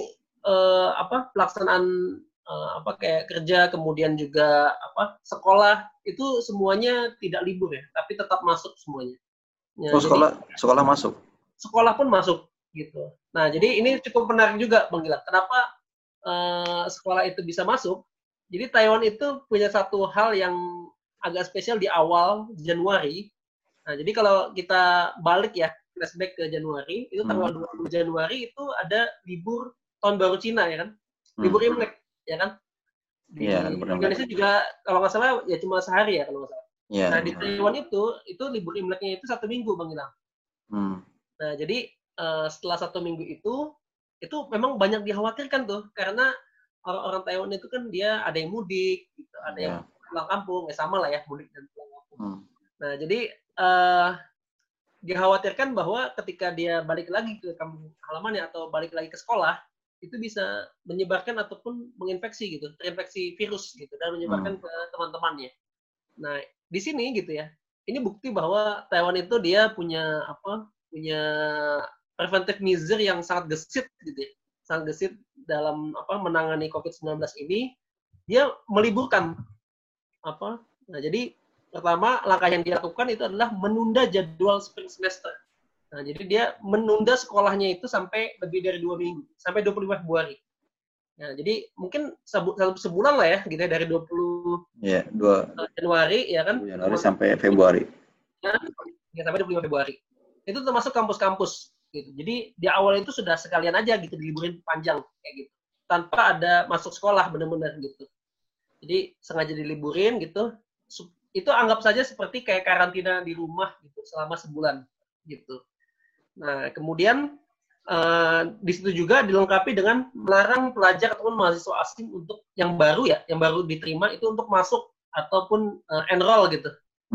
pelaksanaan kayak kerja kemudian juga sekolah itu semuanya tidak libur ya, tapi tetap masuk semuanya. Ya, sekolah masuk. Sekolah pun masuk gitu. Nah, jadi ini cukup menarik juga Bang Gilang. Kenapa sekolah itu bisa masuk? Jadi Taiwan itu punya satu hal yang agak spesial di awal Januari. Nah, jadi kalau kita balik ya flashback ke Januari, itu tanggal 20 Januari itu ada libur Tahun Baru Cina ya kan? Libur Imlek ya kan? Di Indonesia juga kalau nggak salah ya cuma sehari ya kalau nggak salah. Nah di Taiwan itu libur Imleknya itu 1 minggu Bang Gilang. Nah jadi setelah 1 minggu itu memang banyak dikhawatirkan tuh karena orang-orang Taiwan itu kan dia ada yang mudik, gitu, ada yang pulang kampung, ya sama lah ya mudik dan pulang kampung. Nah jadi dikhawatirkan bahwa ketika dia balik lagi ke kampung halamannya atau balik lagi ke sekolah itu bisa menyebarkan ataupun menginfeksi gitu, terinfeksi virus gitu dan menyebarkan ke teman-temannya. Nah di sini gitu ya, ini bukti bahwa Taiwan itu dia punya preventive measure yang sangat gesit gitu ya, sangat gesit dalam menangani COVID-19 ini. Dia meliburkan nah jadi pertama, langkah yang dilakukan itu adalah menunda jadwal spring semester. Nah, jadi dia menunda sekolahnya itu sampai lebih dari 2 minggu, sampai 25 Februari. Nah, jadi mungkin sebulan lah ya, gitu ya, dari 20 Januari, ya kan? Januari sampai Februari. Ya, sampai 25 Februari. Itu termasuk kampus-kampus. Gitu. Jadi, di awal itu sudah sekalian aja gitu, diliburin panjang, kayak gitu. Tanpa ada masuk sekolah, benar-benar gitu. Jadi, sengaja diliburin gitu, itu anggap saja seperti kayak karantina di rumah gitu selama sebulan gitu. Nah kemudian di situ juga dilengkapi dengan melarang pelajar ataupun mahasiswa asing untuk yang baru diterima itu untuk masuk ataupun enroll gitu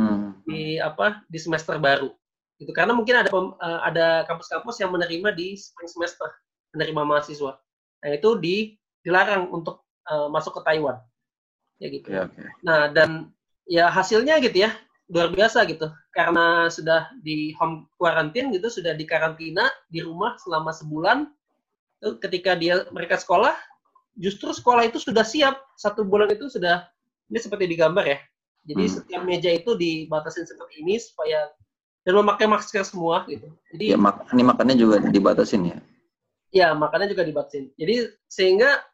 di semester baru gitu, karena mungkin ada kampus-kampus yang menerima di spring semester, menerima mahasiswa. Nah itu dilarang untuk masuk ke Taiwan ya gitu. Nah dan ya hasilnya gitu ya luar biasa gitu, karena sudah di home quarantine gitu, sudah dikarantina di rumah selama sebulan. Ketika mereka sekolah, justru sekolah itu sudah siap 1 bulan itu sudah, ini seperti digambar ya. Jadi setiap meja itu dibatasin seperti ini supaya dan memakai masker semua gitu. Jadi ya ini makannya juga dibatasin ya. Ya makannya juga dibatasin. Jadi sehingga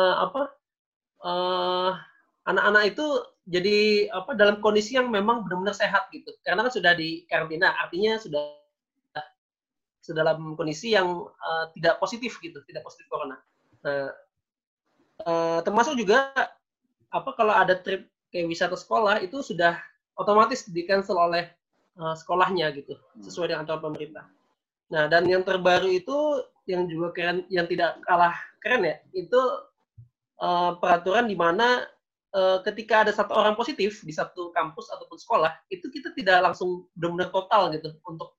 anak-anak itu jadi dalam kondisi yang memang benar-benar sehat gitu, karena kan sudah di karantina, artinya sudah dalam kondisi yang tidak positif gitu, tidak positif corona. Nah, termasuk juga kalau ada trip kayak wisata sekolah itu sudah otomatis di cancel oleh sekolahnya gitu, sesuai dengan aturan pemerintah. Nah, dan yang terbaru itu yang juga keren, yang tidak kalah keren ya, itu peraturan di mana ketika ada satu orang positif di satu kampus ataupun sekolah, itu kita tidak langsung benar-benar total gitu untuk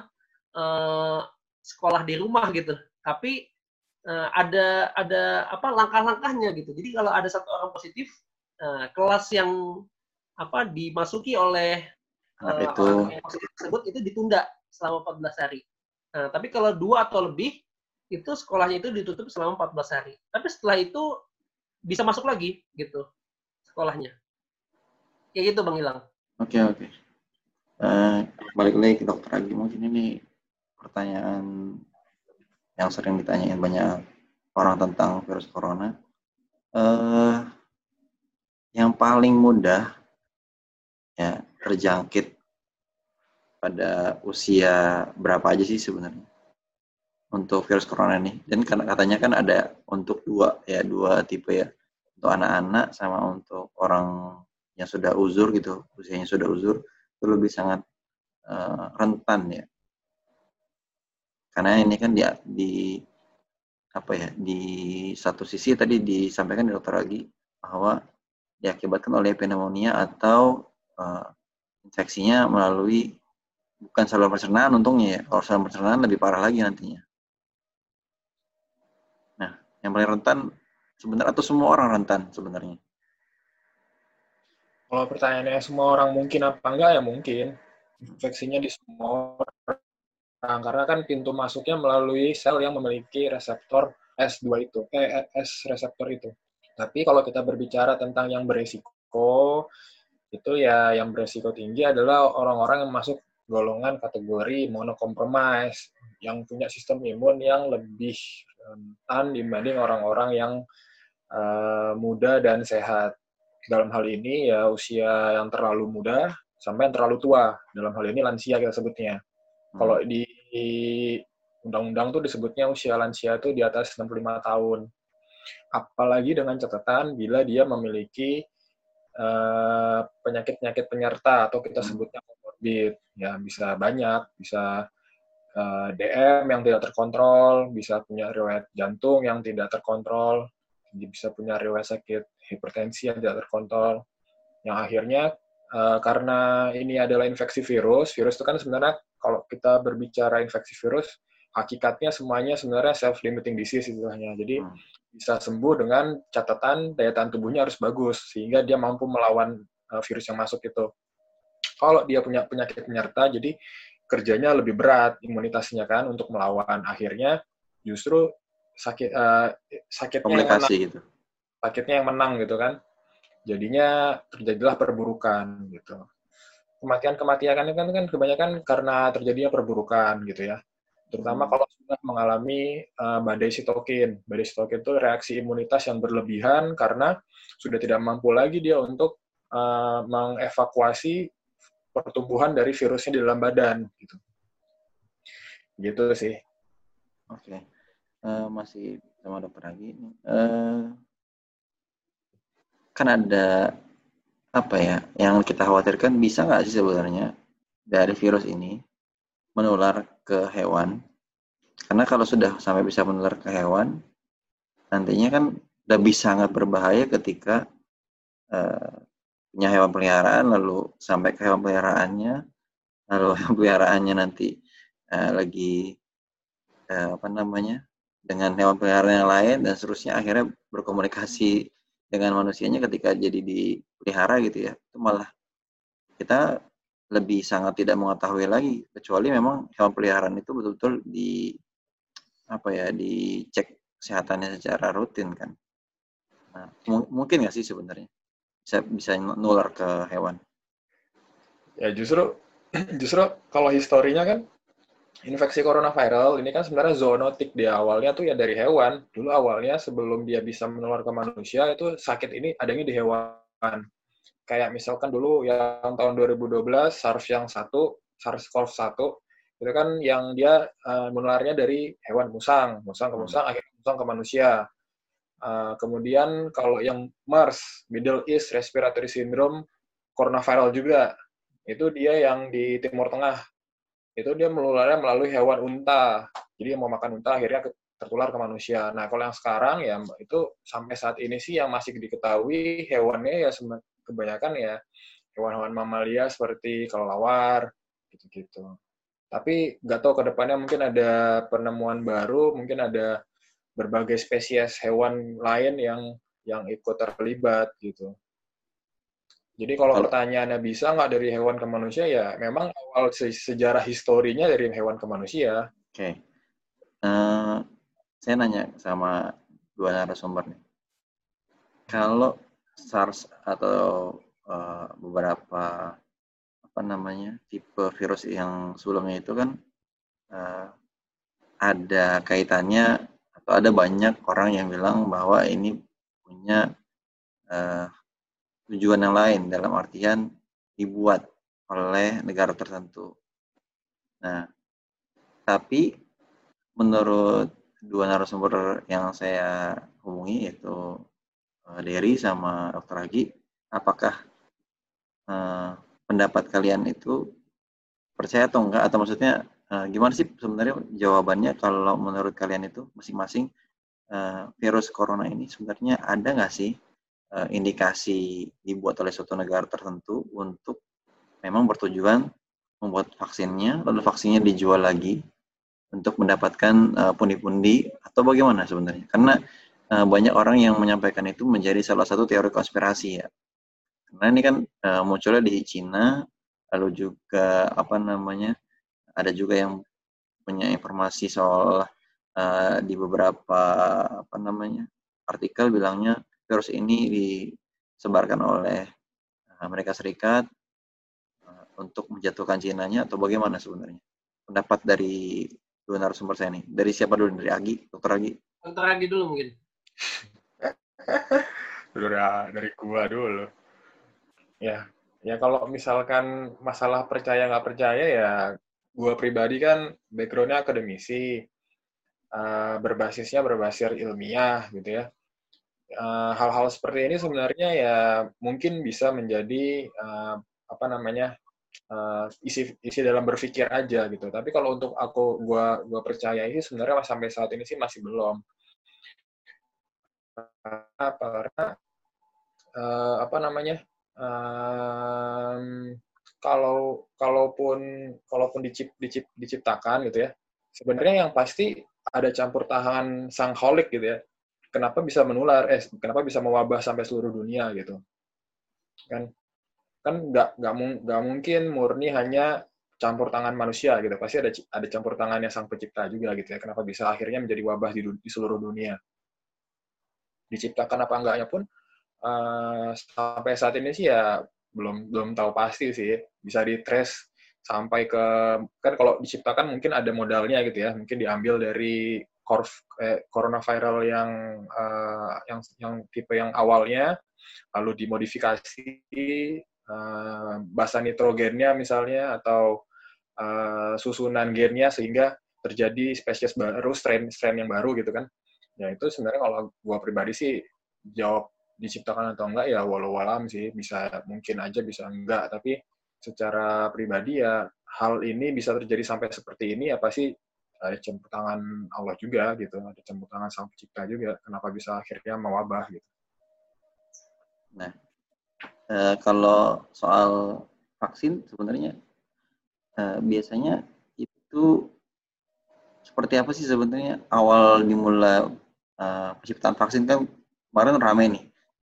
sekolah di rumah gitu. Tapi ada langkah-langkahnya gitu. Jadi kalau ada satu orang positif, kelas yang dimasuki oleh orang yang positif tersebut itu ditunda selama 14 hari. Nah, tapi kalau 2 atau lebih, itu sekolahnya itu ditutup selama 14 hari. Tapi setelah itu bisa masuk lagi gitu sekolahnya. Kayak gitu Bang Ilham. Oke. Balik lagi ke Dokter Agi, mungkin ini pertanyaan yang sering ditanyain banyak orang tentang virus corona. Yang paling mudah ya terjangkit pada usia berapa aja sih sebenarnya untuk virus corona ini? Dan katanya kan ada untuk dua tipe ya, untuk anak-anak sama untuk orang yang sudah uzur gitu, usianya sudah uzur itu lebih sangat rentan ya. Karena ini kan di satu sisi tadi disampaikan di Dokter Agi bahwa diakibatkan oleh pneumonia atau infeksinya melalui bukan saluran pencernaan untungnya ya. Kalau saluran pencernaan lebih parah lagi nantinya. Nah, yang paling rentan sebenarnya atau semua orang rentan sebenarnya? Kalau pertanyaannya semua orang mungkin apa enggak, ya mungkin. Infeksinya di semua orang. Karena kan pintu masuknya melalui sel yang memiliki reseptor S2 itu, S reseptor itu. Tapi kalau kita berbicara tentang yang berisiko, itu ya yang berisiko tinggi adalah orang-orang yang masuk golongan kategori imunokompromis, yang punya sistem imun yang lebih rentan dibanding orang-orang yang muda dan sehat. Dalam hal ini ya usia yang terlalu muda sampai yang terlalu tua. Dalam hal ini lansia kita sebutnya. Kalau di undang-undang tuh disebutnya usia lansia itu di atas 65 tahun. Apalagi dengan catatan bila dia memiliki penyakit-penyakit penyerta atau kita sebutnya komorbid. Ya bisa banyak, bisa DM yang tidak terkontrol, bisa punya riwayat jantung yang tidak terkontrol, bisa punya riwayat sakit hipertensi yang tidak terkontrol, yang akhirnya karena ini adalah infeksi virus itu kan sebenarnya kalau kita berbicara infeksi virus, hakikatnya semuanya sebenarnya self-limiting disease istilahnya. Jadi bisa sembuh dengan catatan daya tahan tubuhnya harus bagus, sehingga dia mampu melawan virus yang masuk itu. Kalau dia punya penyakit penyerta, jadi kerjanya lebih berat imunitasnya kan untuk melawan. Akhirnya justru sakitnya komplikasi yang menang, gitu. Sakitnya yang menang gitu kan. Jadinya terjadilah perburukan gitu. Kematian-kematian kan kebanyakan karena terjadinya perburukan gitu ya. Terutama kalau sudah mengalami badai sitokin. Badai sitokin itu reaksi imunitas yang berlebihan karena sudah tidak mampu lagi dia untuk mengevakuasi pertumbuhan dari virusnya di dalam badan gitu. Gitu sih. Oke. Masih sama Dokter lagi. Kan ada yang kita khawatirkan bisa nggak sih sebenarnya dari virus ini menular ke hewan? Karena kalau sudah sampai bisa menular ke hewan, nantinya kan lebih sangat berbahaya ketika punya hewan peliharaan, lalu sampai ke hewan peliharaannya, lalu hewan peliharaannya nanti lagi dengan hewan peliharaan yang lain, dan seterusnya akhirnya berkomunikasi dengan manusianya ketika jadi dipelihara gitu ya. Itu malah kita lebih sangat tidak mengetahui lagi, kecuali memang hewan peliharaan itu betul-betul dicek kesehatannya secara rutin kan. Nah, mungkin nggak sih sebenarnya bisa nular ke hewan? Ya justru kalau historinya kan infeksi coronaviral ini kan sebenarnya zoonotik, di awalnya tuh ya dari hewan. Dulu awalnya sebelum dia bisa menular ke manusia itu sakit ini adanya di hewan. Kayak misalkan dulu yang tahun 2012 SARS-CoV-1 Itu kan yang dia menularnya dari hewan musang ke musang, akhirnya musang ke manusia. Kemudian kalau yang MERS, Middle East Respiratory Syndrome, coronaviral juga, itu dia yang di Timur Tengah. Itu dia menularnya melalui hewan unta. Jadi yang mau makan unta akhirnya tertular ke manusia. Nah, kalau yang sekarang ya itu sampai saat ini sih yang masih diketahui hewannya ya kebanyakan ya hewan-hewan mamalia seperti kelelawar, gitu-gitu. Tapi nggak tahu ke depannya mungkin ada penemuan baru, mungkin ada berbagai spesies hewan lain yang ikut terlibat gitu. Jadi kalau pertanyaannya bisa nggak dari hewan ke manusia, ya memang awal sejarah historinya dari hewan ke manusia. Oke. Saya nanya sama dua narasumber nih. Kalau SARS atau beberapa tipe virus yang sebelumnya itu kan ada kaitannya atau ada banyak orang yang bilang bahwa ini punya tujuan yang lain, dalam artian dibuat oleh negara tertentu. Nah, tapi menurut dua narasumber yang saya hubungi, yaitu Dery sama Dr. Agi, apakah pendapat kalian itu percaya atau enggak, atau maksudnya gimana sih sebenarnya jawabannya kalau menurut kalian itu masing-masing virus corona ini sebenarnya ada nggak sih indikasi dibuat oleh suatu negara tertentu untuk memang bertujuan membuat vaksinnya, lalu vaksinnya dijual lagi untuk mendapatkan pundi-pundi, atau bagaimana sebenarnya? Karena banyak orang yang menyampaikan itu menjadi salah satu teori konspirasi ya. Karena ini kan munculnya di Cina, lalu juga ada juga yang punya informasi soal di beberapa artikel bilangnya virus ini disebarkan oleh Amerika Serikat untuk menjatuhkan Cina-nya, atau bagaimana sebenarnya? Pendapat dari dua narasumber saya nih. Dari siapa dulu? Dari Agi, Dr. Agi? Dr. Agi dulu mungkin. Dari gua dulu. Ya kalau misalkan masalah percaya nggak percaya ya, gua pribadi kan background-nya akademisi, berbasis ilmiah gitu ya. Hal-hal seperti ini sebenarnya ya mungkin bisa menjadi isi dalam berpikir aja gitu. Tapi kalau untuk gua percaya ini sebenarnya sampai saat ini sih masih belum. Karena kalaupun diciptakan gitu ya, sebenarnya yang pasti ada campur tangan sang kholik gitu ya. Kenapa bisa menular? Kenapa bisa mewabah sampai seluruh dunia gitu? Kan nggak mungkin murni hanya campur tangan manusia gitu. Pasti ada campur tangannya sang pencipta juga gitu ya. Kenapa bisa akhirnya menjadi wabah di seluruh dunia? Diciptakan apa enggaknya pun sampai saat ini sih ya belum tahu pasti sih. Bisa di-trace sampai ke, kan kalau diciptakan mungkin ada modalnya gitu ya. Mungkin diambil dari coronaviral yang tipe yang awalnya, lalu dimodifikasi basa nitrogennya misalnya, atau susunan gennya sehingga terjadi spesies baru, strain yang baru gitu kan. Ya itu sebenarnya kalau gua pribadi sih jawab diciptakan atau enggak ya walau alam sih, bisa mungkin aja bisa enggak, tapi secara pribadi ya hal ini bisa terjadi sampai seperti ini apa sih ada campur tangan Allah juga gitu, ada campur tangan sang pencipta juga, kenapa bisa akhirnya mewabah gitu. Nah, kalau soal vaksin sebenarnya biasanya itu seperti apa sih sebenarnya awal dimulai penciptaan vaksin? Kan kemarin rame nih,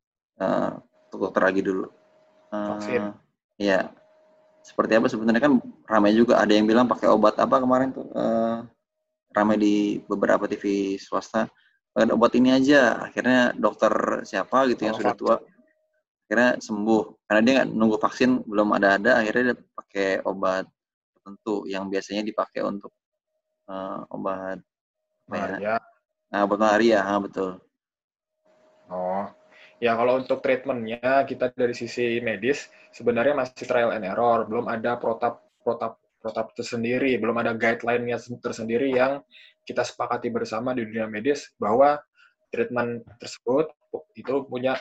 dokter lagi dulu. Vaksin. Ya, seperti apa sebenarnya, kan ramai juga, ada yang bilang pakai obat apa kemarin tuh, ramai di beberapa TV swasta, pakai obat ini aja, akhirnya dokter siapa gitu yang sudah tua akhirnya sembuh karena dia nggak nunggu vaksin belum ada, akhirnya dia pakai obat tertentu yang biasanya dipakai untuk obat malaria. Obat malaria, betul. Oh, ya kalau untuk treatmentnya kita dari sisi medis sebenarnya masih trial and error, belum ada protap tersendiri, belum ada guideline-nya tersendiri yang kita sepakati bersama di dunia medis bahwa treatment tersebut itu punya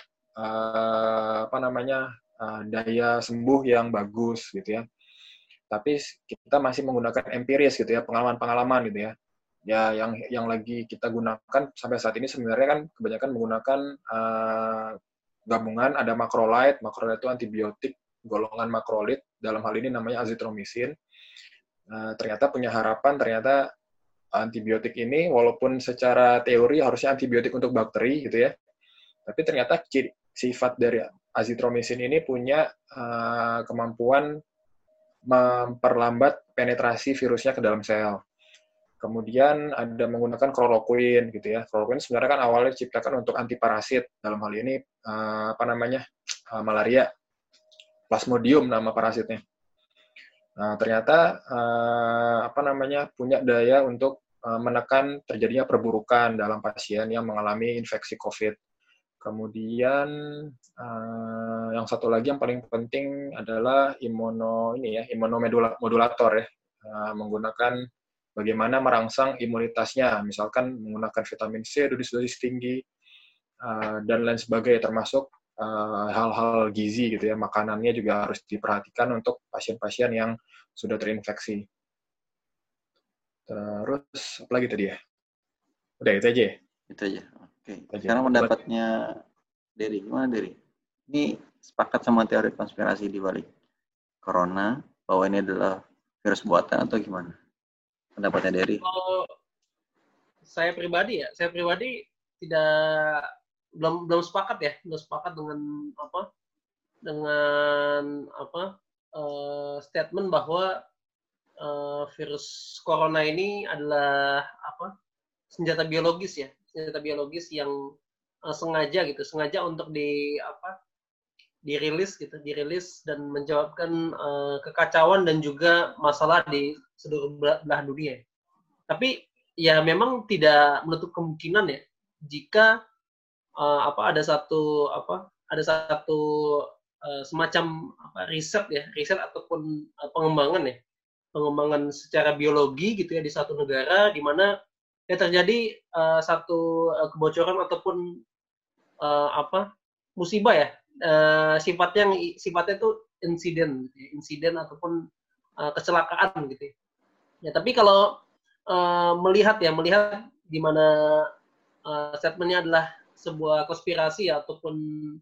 daya sembuh yang bagus gitu ya. Tapi kita masih menggunakan empiris gitu ya, pengalaman-pengalaman gitu ya. Ya yang lagi kita gunakan sampai saat ini sebenarnya kan kebanyakan menggunakan gabungan, ada macrolide itu antibiotik golongan makrolid, dalam hal ini namanya azitromisin. Ternyata punya harapan, ternyata antibiotik ini walaupun secara teori harusnya antibiotik untuk bakteri gitu ya, tapi ternyata sifat dari azitromisin ini punya kemampuan memperlambat penetrasi virusnya ke dalam sel. Kemudian ada menggunakan kloroquine gitu ya. Kloroquine sebenarnya kan awalnya diciptakan untuk anti-parasit, dalam hal ini malaria, Plasmodium nama parasitnya. Nah, ternyata punya daya untuk menekan terjadinya perburukan dalam pasien yang mengalami infeksi COVID. Kemudian yang satu lagi yang paling penting adalah imunomodulator ya, menggunakan bagaimana merangsang imunitasnya, misalkan menggunakan vitamin C dosis tinggi dan lain sebagainya, termasuk hal-hal gizi gitu ya, makanannya juga harus diperhatikan untuk pasien-pasien yang sudah terinfeksi. Terus apa lagi tadi ya? Udah itu aja ya? Itu aja. Oke. Sekarang pendapatnya Dery, gimana Dery? Ini sepakat sama teori konspirasi di balik corona bahwa ini adalah virus buatan atau gimana? Pendapatnya Dery? Kalau saya pribadi tidak belum sepakat dengan statement bahwa virus corona ini adalah senjata biologis yang sengaja untuk dirilis dan menjawabkan kekacauan dan juga masalah di seluruh belahan dunia. Tapi ya memang tidak menutup kemungkinan ya jika ada satu semacam riset ataupun pengembangan secara biologi gitu ya di satu negara di mana ya terjadi satu kebocoran ataupun musibah ya, sifatnya itu insiden ataupun kecelakaan gitu ya. Ya tapi kalau melihat di mana statementnya adalah sebuah konspirasi ataupun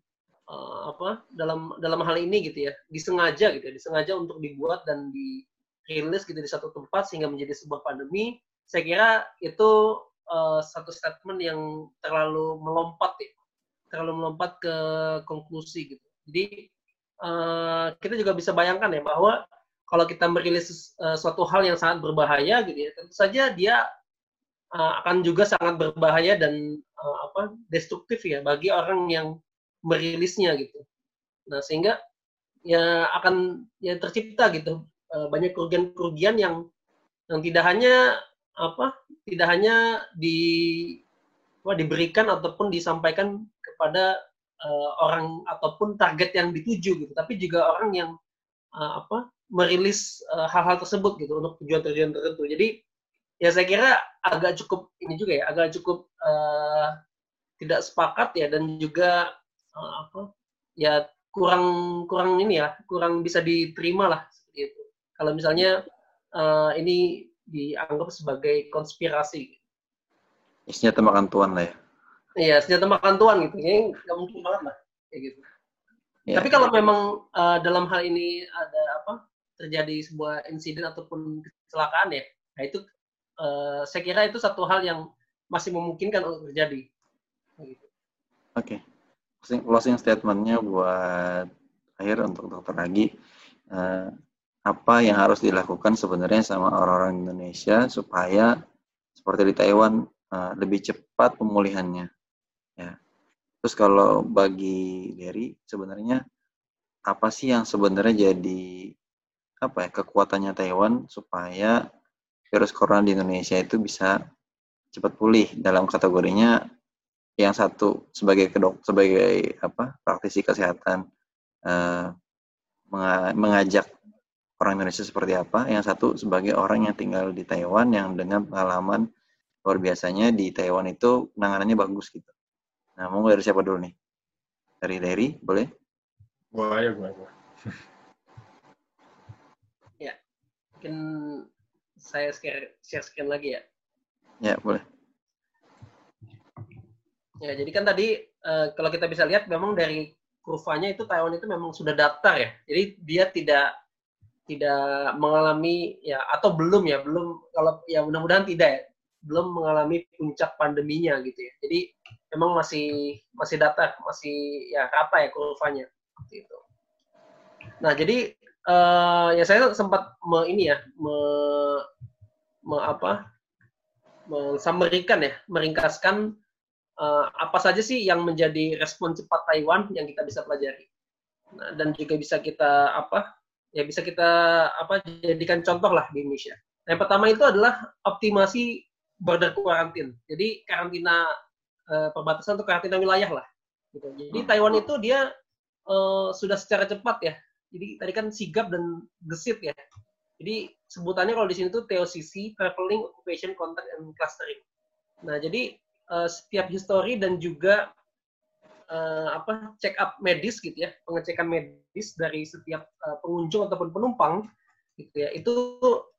dalam hal ini gitu ya, disengaja untuk dibuat dan dirilis gitu di satu tempat sehingga menjadi sebuah pandemi. Saya kira itu satu statement yang terlalu melompat ke konklusi gitu. Jadi kita juga bisa bayangkan ya bahwa kalau kita merilis suatu hal yang sangat berbahaya gitu ya, tentu saja dia akan juga sangat berbahaya dan destruktif ya bagi orang yang merilisnya gitu. Nah, sehingga ya akan ya tercipta gitu banyak kerugian yang tidak hanya diberikan ataupun disampaikan kepada orang ataupun target yang dituju gitu, tapi juga orang yang merilis hal-hal tersebut gitu untuk tujuan-tujuan tertentu. Jadi ya saya kira agak cukup tidak sepakat ya, dan juga kurang bisa diterima lah seperti itu. Kalau misalnya ini dianggap sebagai konspirasi. Senjata makan tuan lah ya. Iya, senjata makan tuan gitu. Ya nggak mungkin banget lah kayak gitu. Ya, tapi kalau memang dalam hal ini ada terjadi sebuah insiden ataupun kecelakaan ya, nah itu saya kira itu satu hal yang masih memungkinkan untuk terjadi. Oke. Closing statement-nya buat akhir untuk Dr. Agi. Apa yang harus dilakukan sebenarnya sama orang-orang Indonesia supaya seperti di Taiwan lebih cepat pemulihannya. Ya. Terus kalau bagi Dery sebenarnya apa sih yang sebenarnya jadi kekuatannya Taiwan supaya virus corona di Indonesia itu bisa cepat pulih? Dalam kategorinya yang satu sebagai praktisi kesehatan mengajak orang Indonesia seperti apa, yang satu sebagai orang yang tinggal di Taiwan yang dengan pengalaman luar biasanya di Taiwan itu penanganannya bagus gitu. Nah, mau dari siapa dulu nih? Dari Derry, boleh? Gua. Ya, mungkin saya share screen lagi ya. Ya, boleh. Ya, jadi kan tadi kalau kita bisa lihat memang dari kurvanya itu Taiwan itu memang sudah datar ya. Jadi dia tidak mengalami ya atau belum kalau ya mudah-mudahan tidak ya, belum mengalami puncak pandeminya gitu ya. Jadi memang masih datar, masih ya rata ya kurvanya seperti itu. Nah, jadi ya saya sempat meringkaskan apa saja sih yang menjadi respon cepat Taiwan yang kita bisa pelajari. Nah, dan juga bisa kita jadikan contoh lah di Indonesia. Yang pertama itu adalah optimasi border quarantine. Jadi karantina perbatasan atau karantina wilayah lah. Gitu. Jadi Taiwan itu dia sudah secara cepat ya. Jadi tadi kan sigap dan gesit ya. Jadi sebutannya kalau di sini tuh TOCC, Traveling, Occupation, Contact, and Clustering. Nah, jadi setiap histori dan juga check up medis gitu ya, pengecekan medis dari setiap pengunjung ataupun penumpang gitu ya, itu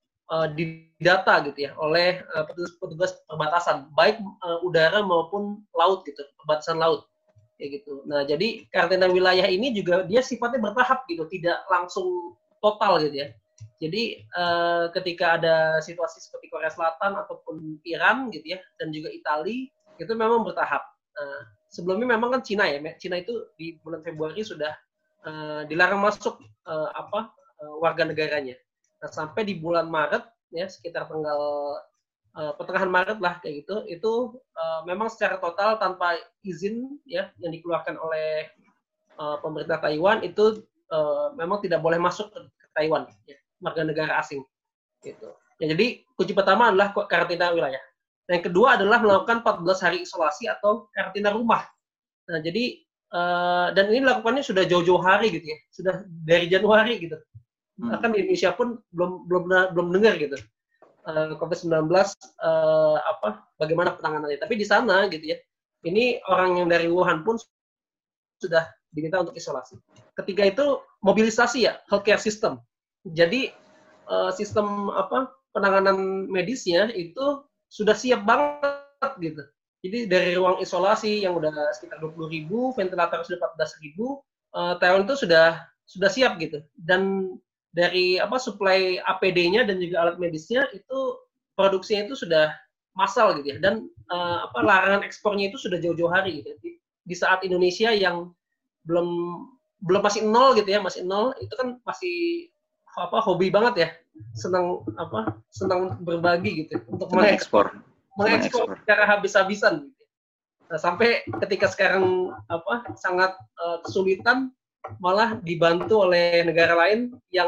didata gitu ya oleh petugas perbatasan, baik udara maupun laut gitu, perbatasan laut kayak gitu. Nah, jadi karantina wilayah ini juga dia sifatnya bertahap gitu, tidak langsung total gitu ya. Jadi ketika ada situasi seperti Korea Selatan ataupun Iran gitu ya, dan juga Italia, itu memang bertahap. Sebelumnya memang kan Cina ya, Cina itu di bulan Februari sudah dilarang masuk warga negaranya. Nah, sampai di bulan Maret ya, sekitar tanggal pertengahan Maret lah kayak gitu, itu memang secara total tanpa izin ya yang dikeluarkan oleh pemerintah Taiwan itu memang tidak boleh masuk ke Taiwan ya, warga negara asing gitu. Ya, jadi kunci pertama adalah karantina wilayah. Yang kedua adalah melakukan 14 hari isolasi atau karantina rumah. Nah, jadi dan ini dilakukannya sudah jauh-jauh hari gitu ya, sudah dari Januari gitu. Bahkan di Indonesia pun belum dengar gitu. COVID-19 bagaimana penanganannya. Tapi di sana gitu ya, ini orang yang dari Wuhan pun sudah diminta untuk isolasi. Ketiga itu mobilisasi ya, healthcare system. Jadi sistem penanganan medisnya itu sudah siap banget gitu. Jadi dari ruang isolasi yang udah sekitar 20.000, ventilator sudah 14.000, Taiwan itu sudah siap gitu. Dan dari supply APD-nya dan juga alat medisnya itu produksinya itu sudah massal gitu ya. Dan larangan ekspornya itu sudah jauh-jauh hari gitu. Di saat Indonesia yang belum masih nol gitu ya, masih nol, itu kan masih hobi banget ya, senang berbagi gitu untuk mengekspor secara habis-habisan gitu. Nah, sampai ketika sekarang sangat kesulitan, malah dibantu oleh negara lain yang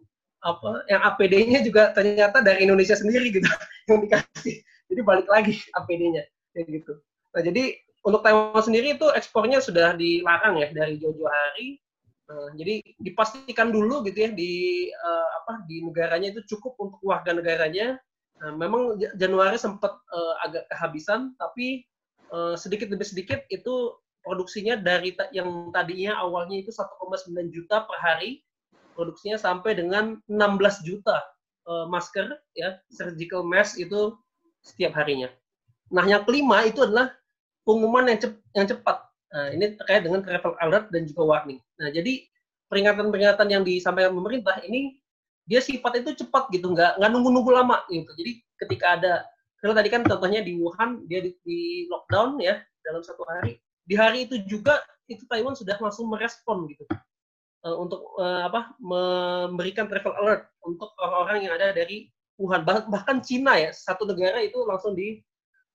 APD-nya juga ternyata dari Indonesia sendiri gitu yang dikasih. Jadi balik lagi APD-nya kayak gitu. Nah, jadi untuk Taiwan sendiri itu ekspornya sudah dilarang ya dari jauh-jauh hari. Jadi dipastikan dulu gitu ya di negaranya itu cukup untuk warga negaranya. Memang Januari sempat agak kehabisan, tapi sedikit demi sedikit itu produksinya dari yang tadinya awalnya itu 1,9 juta per hari, produksinya sampai dengan 16 juta masker ya, surgical mask itu setiap harinya. Nah, yang kelima itu adalah pengumuman yang cepat. Nah, ini terkait dengan travel alert dan juga warning. Nah, jadi peringatan-peringatan yang disampaikan pemerintah ini dia sifatnya itu cepat gitu, nggak nunggu-nunggu lama gitu. Jadi ketika kalau tadi kan contohnya di Wuhan dia di lockdown ya dalam 1 hari, di hari itu juga itu Taiwan sudah langsung merespon gitu untuk memberikan travel alert untuk orang-orang yang ada dari Wuhan, bahkan Cina ya, satu negara itu langsung di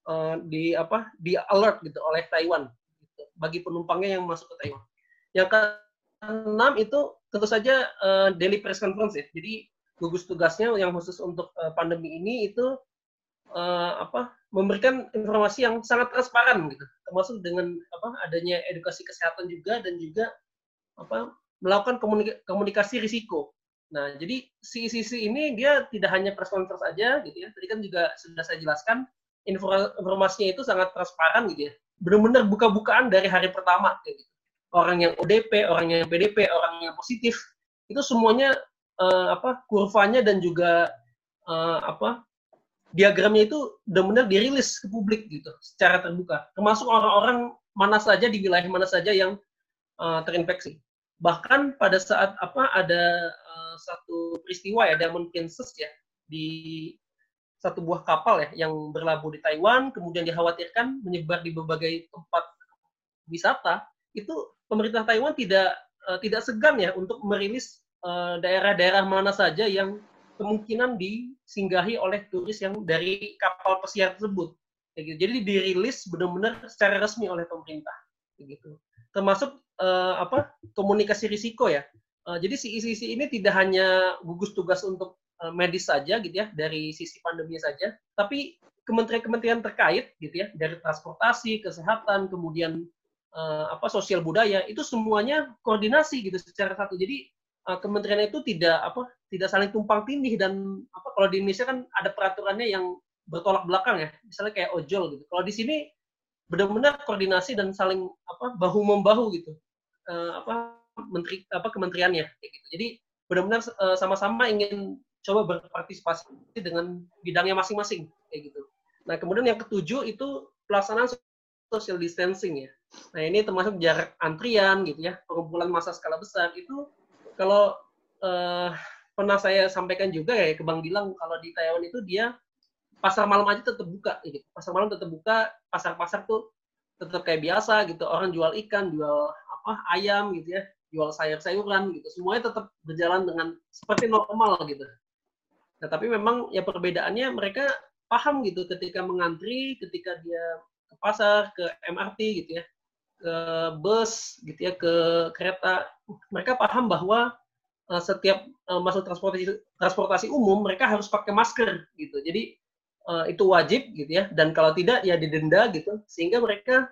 alert gitu oleh Taiwan gitu, bagi penumpangnya yang masuk ke Taiwan. Yang ke-6 itu tentu saja daily press conference ya. Jadi gugus tugasnya yang khusus untuk pandemi ini itu memberikan informasi yang sangat transparan gitu, termasuk dengan adanya edukasi kesehatan juga dan juga melakukan komunikasi risiko. Nah, jadi CECC ini dia tidak hanya press conference aja gitu ya. Tadi kan juga sudah saya jelaskan, informasinya itu sangat transparan gitu ya. Benar-benar buka-bukaan dari hari pertama kayak gitu. Orang yang ODP, orang yang PDP, orang yang positif, itu semuanya kurvanya dan juga diagramnya itu benar-benar dirilis ke publik gitu secara terbuka. Termasuk orang-orang mana saja di wilayah mana saja yang terinfeksi. Bahkan pada saat ada satu peristiwa ya, Diamond Princess ya, di satu buah kapal ya yang berlabuh di Taiwan, kemudian dikhawatirkan menyebar di berbagai tempat wisata, itu pemerintah Taiwan tidak segan ya untuk merilis daerah-daerah mana saja yang kemungkinan disinggahi oleh turis yang dari kapal pesiar tersebut. Jadi dirilis benar-benar secara resmi oleh pemerintah. Begitu. Termasuk komunikasi risiko ya. Jadi CECC ini tidak hanya gugus tugas untuk medis saja gitu ya, dari sisi pandemi saja, tapi kementerian-kementerian terkait gitu ya, dari transportasi, kesehatan, kemudian sosial budaya, itu semuanya koordinasi gitu secara satu. Jadi kementerian itu tidak saling tumpang tindih, dan kalau di Indonesia kan ada peraturannya yang bertolak belakang ya, misalnya kayak ojol gitu. Kalau di sini benar-benar koordinasi dan saling bahu membahu gitu. Kementeriannya kayak gitu. Jadi benar-benar sama-sama ingin coba berpartisipasi dengan bidangnya masing-masing kayak gitu. Nah, kemudian yang ketujuh itu pelaksanaan social distancing ya. Nah, ini termasuk jarak antrian gitu ya, pengumpulan massa skala besar itu kalau pernah saya sampaikan juga ya ke Bang Gilang, kalau di Taiwan itu dia pasar malam aja tetap buka gitu. Pasar malam tetap buka, pasar-pasar tuh tetap kayak biasa gitu. Orang jual ikan, jual ayam gitu ya, jual sayur-sayuran gitu. Semuanya tetap berjalan dengan seperti normal gitu. Nah, tapi memang ya perbedaannya mereka paham gitu ketika mengantri, ketika dia ke pasar, ke MRT gitu ya, ke bus gitu ya, ke kereta. Mereka paham bahwa setiap masuk transportasi umum mereka harus pakai masker gitu. Jadi itu wajib gitu ya, dan kalau tidak ya didenda gitu, sehingga mereka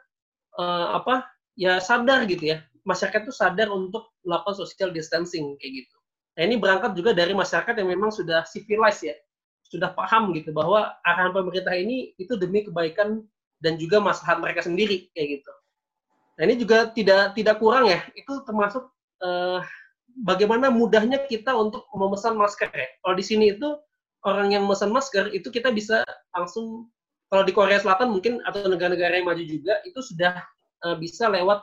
ya sadar gitu ya, masyarakat itu sadar untuk melakukan social distancing kayak gitu. Nah, ini berangkat juga dari masyarakat yang memang sudah civilized ya, sudah paham gitu bahwa arahan pemerintah ini itu demi kebaikan dan juga maslahat mereka sendiri kayak gitu. Nah, ini juga tidak kurang ya, itu termasuk bagaimana mudahnya kita untuk memesan masker ya. Kalau di sini itu orang yang memesan masker itu kita bisa langsung, kalau di Korea Selatan mungkin atau negara-negara yang maju juga itu sudah bisa lewat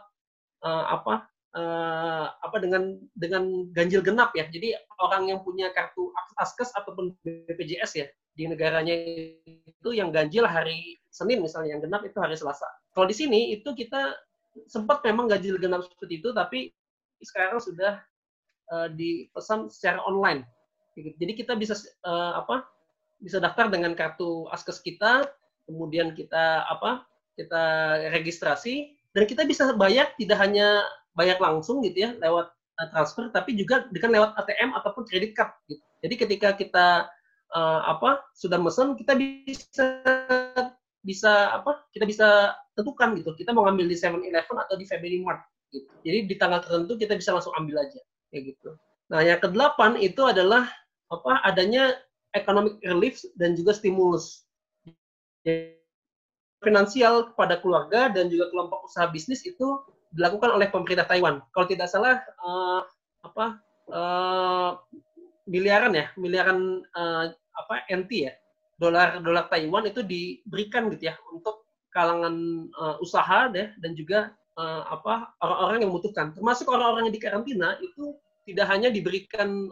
dengan ganjil genap ya. Jadi orang yang punya kartu Askes ataupun BPJS ya di negaranya itu yang ganjil hari Senin misalnya, yang genap itu hari Selasa. Kalau di sini itu kita sempat memang ganjil genap seperti itu, tapi sekarang sudah dipesan secara online. Jadi kita bisa bisa daftar dengan kartu Askes kita, kemudian kita registrasi, dan kita bisa bayar tidak hanya bayar langsung gitu ya lewat transfer, tapi juga dengan lewat ATM ataupun kredit card gitu. Jadi ketika kita sudah mesen, kita bisa tentukan gitu, kita mau ngambil di 7-Eleven atau di Family Mart gitu. Jadi di tanggal tertentu kita bisa langsung ambil aja kayak gitu. Nah, yang ke-8 itu adalah adanya economic relief dan juga stimulus finansial kepada keluarga dan juga kelompok usaha bisnis itu dilakukan oleh pemerintah Taiwan. Kalau tidak salah miliaran NT ya, dolar Taiwan itu diberikan gitu ya untuk kalangan usaha deh, dan juga orang-orang yang membutuhkan. Termasuk orang-orang yang di karantina itu tidak hanya diberikan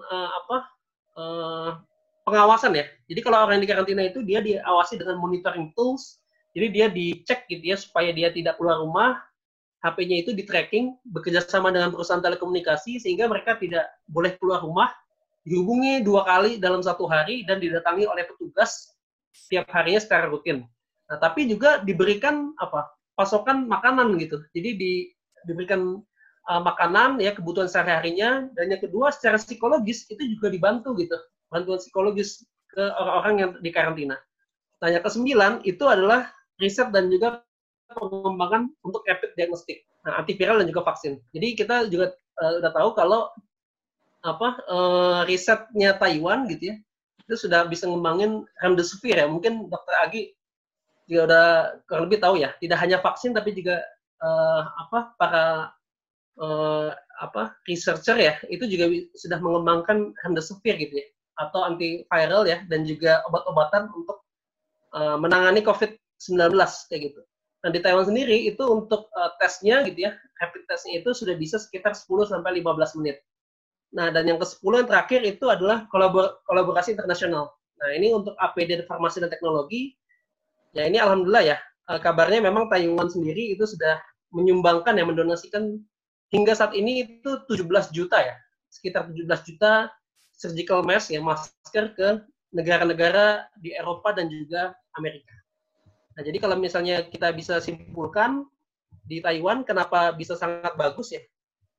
pengawasan ya. Jadi kalau orang yang di karantina itu dia diawasi dengan monitoring tools. Jadi dia dicek gitu ya supaya dia tidak keluar rumah, HP-nya itu di-tracking, bekerja sama dengan perusahaan telekomunikasi sehingga mereka tidak boleh keluar rumah, dihubungi 2 kali dalam 1 hari dan didatangi oleh petugas setiap harinya secara rutin. Nah, tapi juga diberikan pasokan makanan gitu. Jadi diberikan makanan ya, kebutuhan sehari-harinya, dan yang kedua secara psikologis itu juga dibantu gitu. Bantuan psikologis ke orang-orang yang di karantina. Nah, yang ke-9 itu adalah riset dan juga pengembangan untuk rapid diagnostic, antiviral dan juga vaksin. Jadi kita juga udah tahu kalau risetnya Taiwan gitu ya, itu sudah bisa ngembangin remdesivir ya. Mungkin Dokter Agi juga udah kurang lebih tahu ya. Tidak hanya vaksin tapi juga para researcher ya, itu juga sudah mengembangkan remdesivir gitu ya, atau antiviral ya, dan juga obat-obatan untuk menangani COVID-19 kayak gitu. Nah di Taiwan sendiri itu untuk tesnya gitu ya, rapid testnya itu sudah bisa sekitar 10 sampai 15 menit. Nah dan yang ke-10 yang terakhir itu adalah kolaborasi internasional. Nah ini untuk APD farmasi dan teknologi, ya ini alhamdulillah ya, kabarnya memang Taiwan sendiri itu sudah menyumbangkan ya, mendonasikan hingga saat ini itu 17 juta ya, sekitar 17 juta surgical mask ya, masker ke negara-negara di Eropa dan juga Amerika. Nah, jadi kalau misalnya kita bisa simpulkan di Taiwan kenapa bisa sangat bagus ya,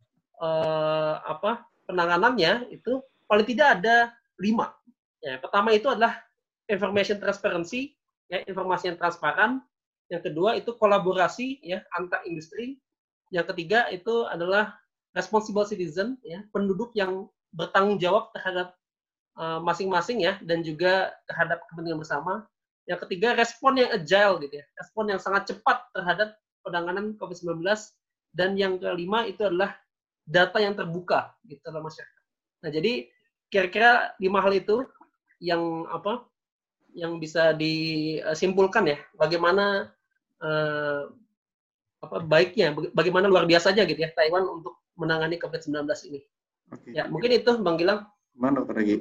penanganannya itu paling tidak ada 5. Ya, pertama itu adalah information transparency, ya, informasi yang transparan. Yang kedua itu kolaborasi ya antar industri. Yang ketiga itu adalah responsible citizen, ya, penduduk yang bertanggung jawab terhadap masing-masing ya, dan juga terhadap kepentingan bersama. Yang ketiga, respon yang agile gitu ya, respon yang sangat cepat terhadap penanganan COVID-19. Dan yang kelima itu adalah data yang terbuka gitu dalam masyarakat. Nah, jadi kira-kira 5 hal itu yang yang bisa disimpulkan ya, bagaimana baiknya, bagaimana luar biasanya gitu ya Taiwan untuk menangani COVID-19 ini. Oke. Ya, mungkin itu Bang Gilang. Gimana Dokter Agi?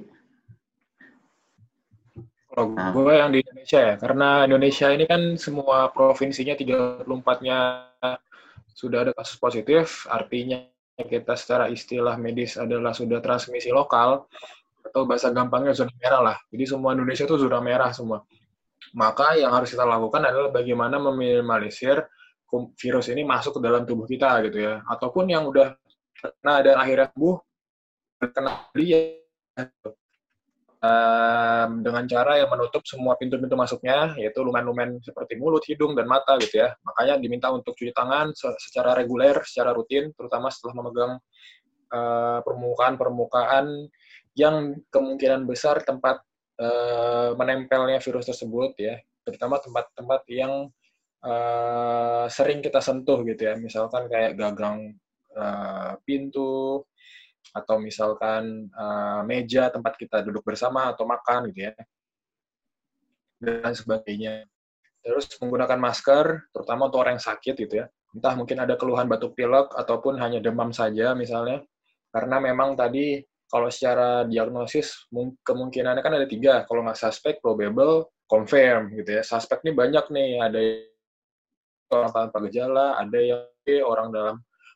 Kalau gue yang di Indonesia ya, karena Indonesia ini kan semua provinsinya 34-nya sudah ada kasus positif, artinya kita secara istilah medis adalah sudah transmisi lokal, atau bahasa gampangnya zona merah lah. Jadi semua Indonesia itu zona merah semua. Maka yang harus kita lakukan adalah bagaimana meminimalisir virus ini masuk ke dalam tubuh kita gitu ya. Ataupun yang udah kena dan akhirnya sembuh, kena dia dengan cara yang menutup semua pintu-pintu masuknya, yaitu lumen-lumen seperti mulut, hidung, dan mata gitu ya. Makanya diminta untuk cuci tangan secara reguler, secara rutin, terutama setelah memegang permukaan-permukaan yang kemungkinan besar tempat menempelnya virus tersebut ya, terutama tempat-tempat yang sering kita sentuh gitu ya, misalkan kayak gagang pintu, atau misalkan meja tempat kita duduk bersama atau makan gitu ya, dan sebagainya. Terus menggunakan masker, terutama untuk orang yang sakit gitu ya, entah mungkin ada keluhan batuk pilek ataupun hanya demam saja misalnya, karena memang tadi kalau secara diagnosis kemungkinannya kan ada 3, kalau nggak suspek, probable, confirm gitu ya. Suspek ini banyak nih, ada orang tanpa gejala, ada yang orang dalam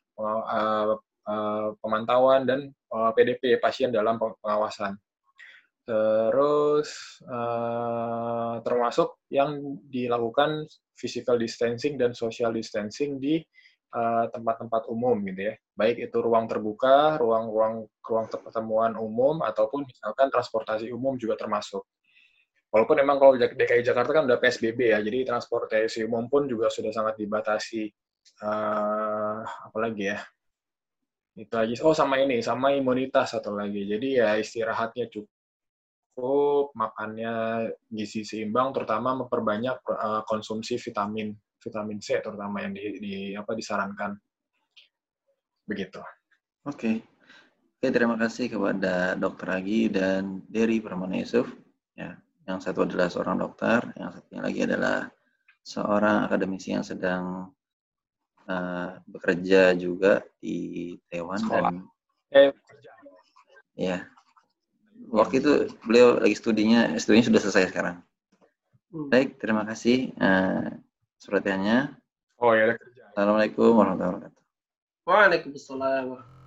pemantauan, dan PDP, pasien dalam pengawasan. Terus termasuk yang dilakukan physical distancing dan social distancing di tempat-tempat umum gitu ya, baik itu ruang terbuka, ruang pertemuan umum, ataupun misalkan transportasi umum juga termasuk. Walaupun memang kalau DKI Jakarta kan udah PSBB ya, jadi transportasi umum pun juga sudah sangat dibatasi. Apalagi ya, itu aja. Oh, sama imunitas satu lagi. Jadi ya istirahatnya cukup, makannya gizi seimbang, terutama memperbanyak konsumsi vitamin C terutama yang disarankan. Begitu. Oke, terima kasih kepada Dr. Agi dan Dery Permana Yusuf. Ya, yang satu adalah seorang dokter, yang satunya lagi adalah seorang akademisi yang sedang bekerja juga di Taiwan. Sekolah. Dan ya, waktu itu beliau lagi studinya sudah selesai sekarang. Baik, terima kasih perhatiannya. Oh ya, ada kerja. Assalamualaikum warahmatullahi wabarakatuh. Waalaikumsalam.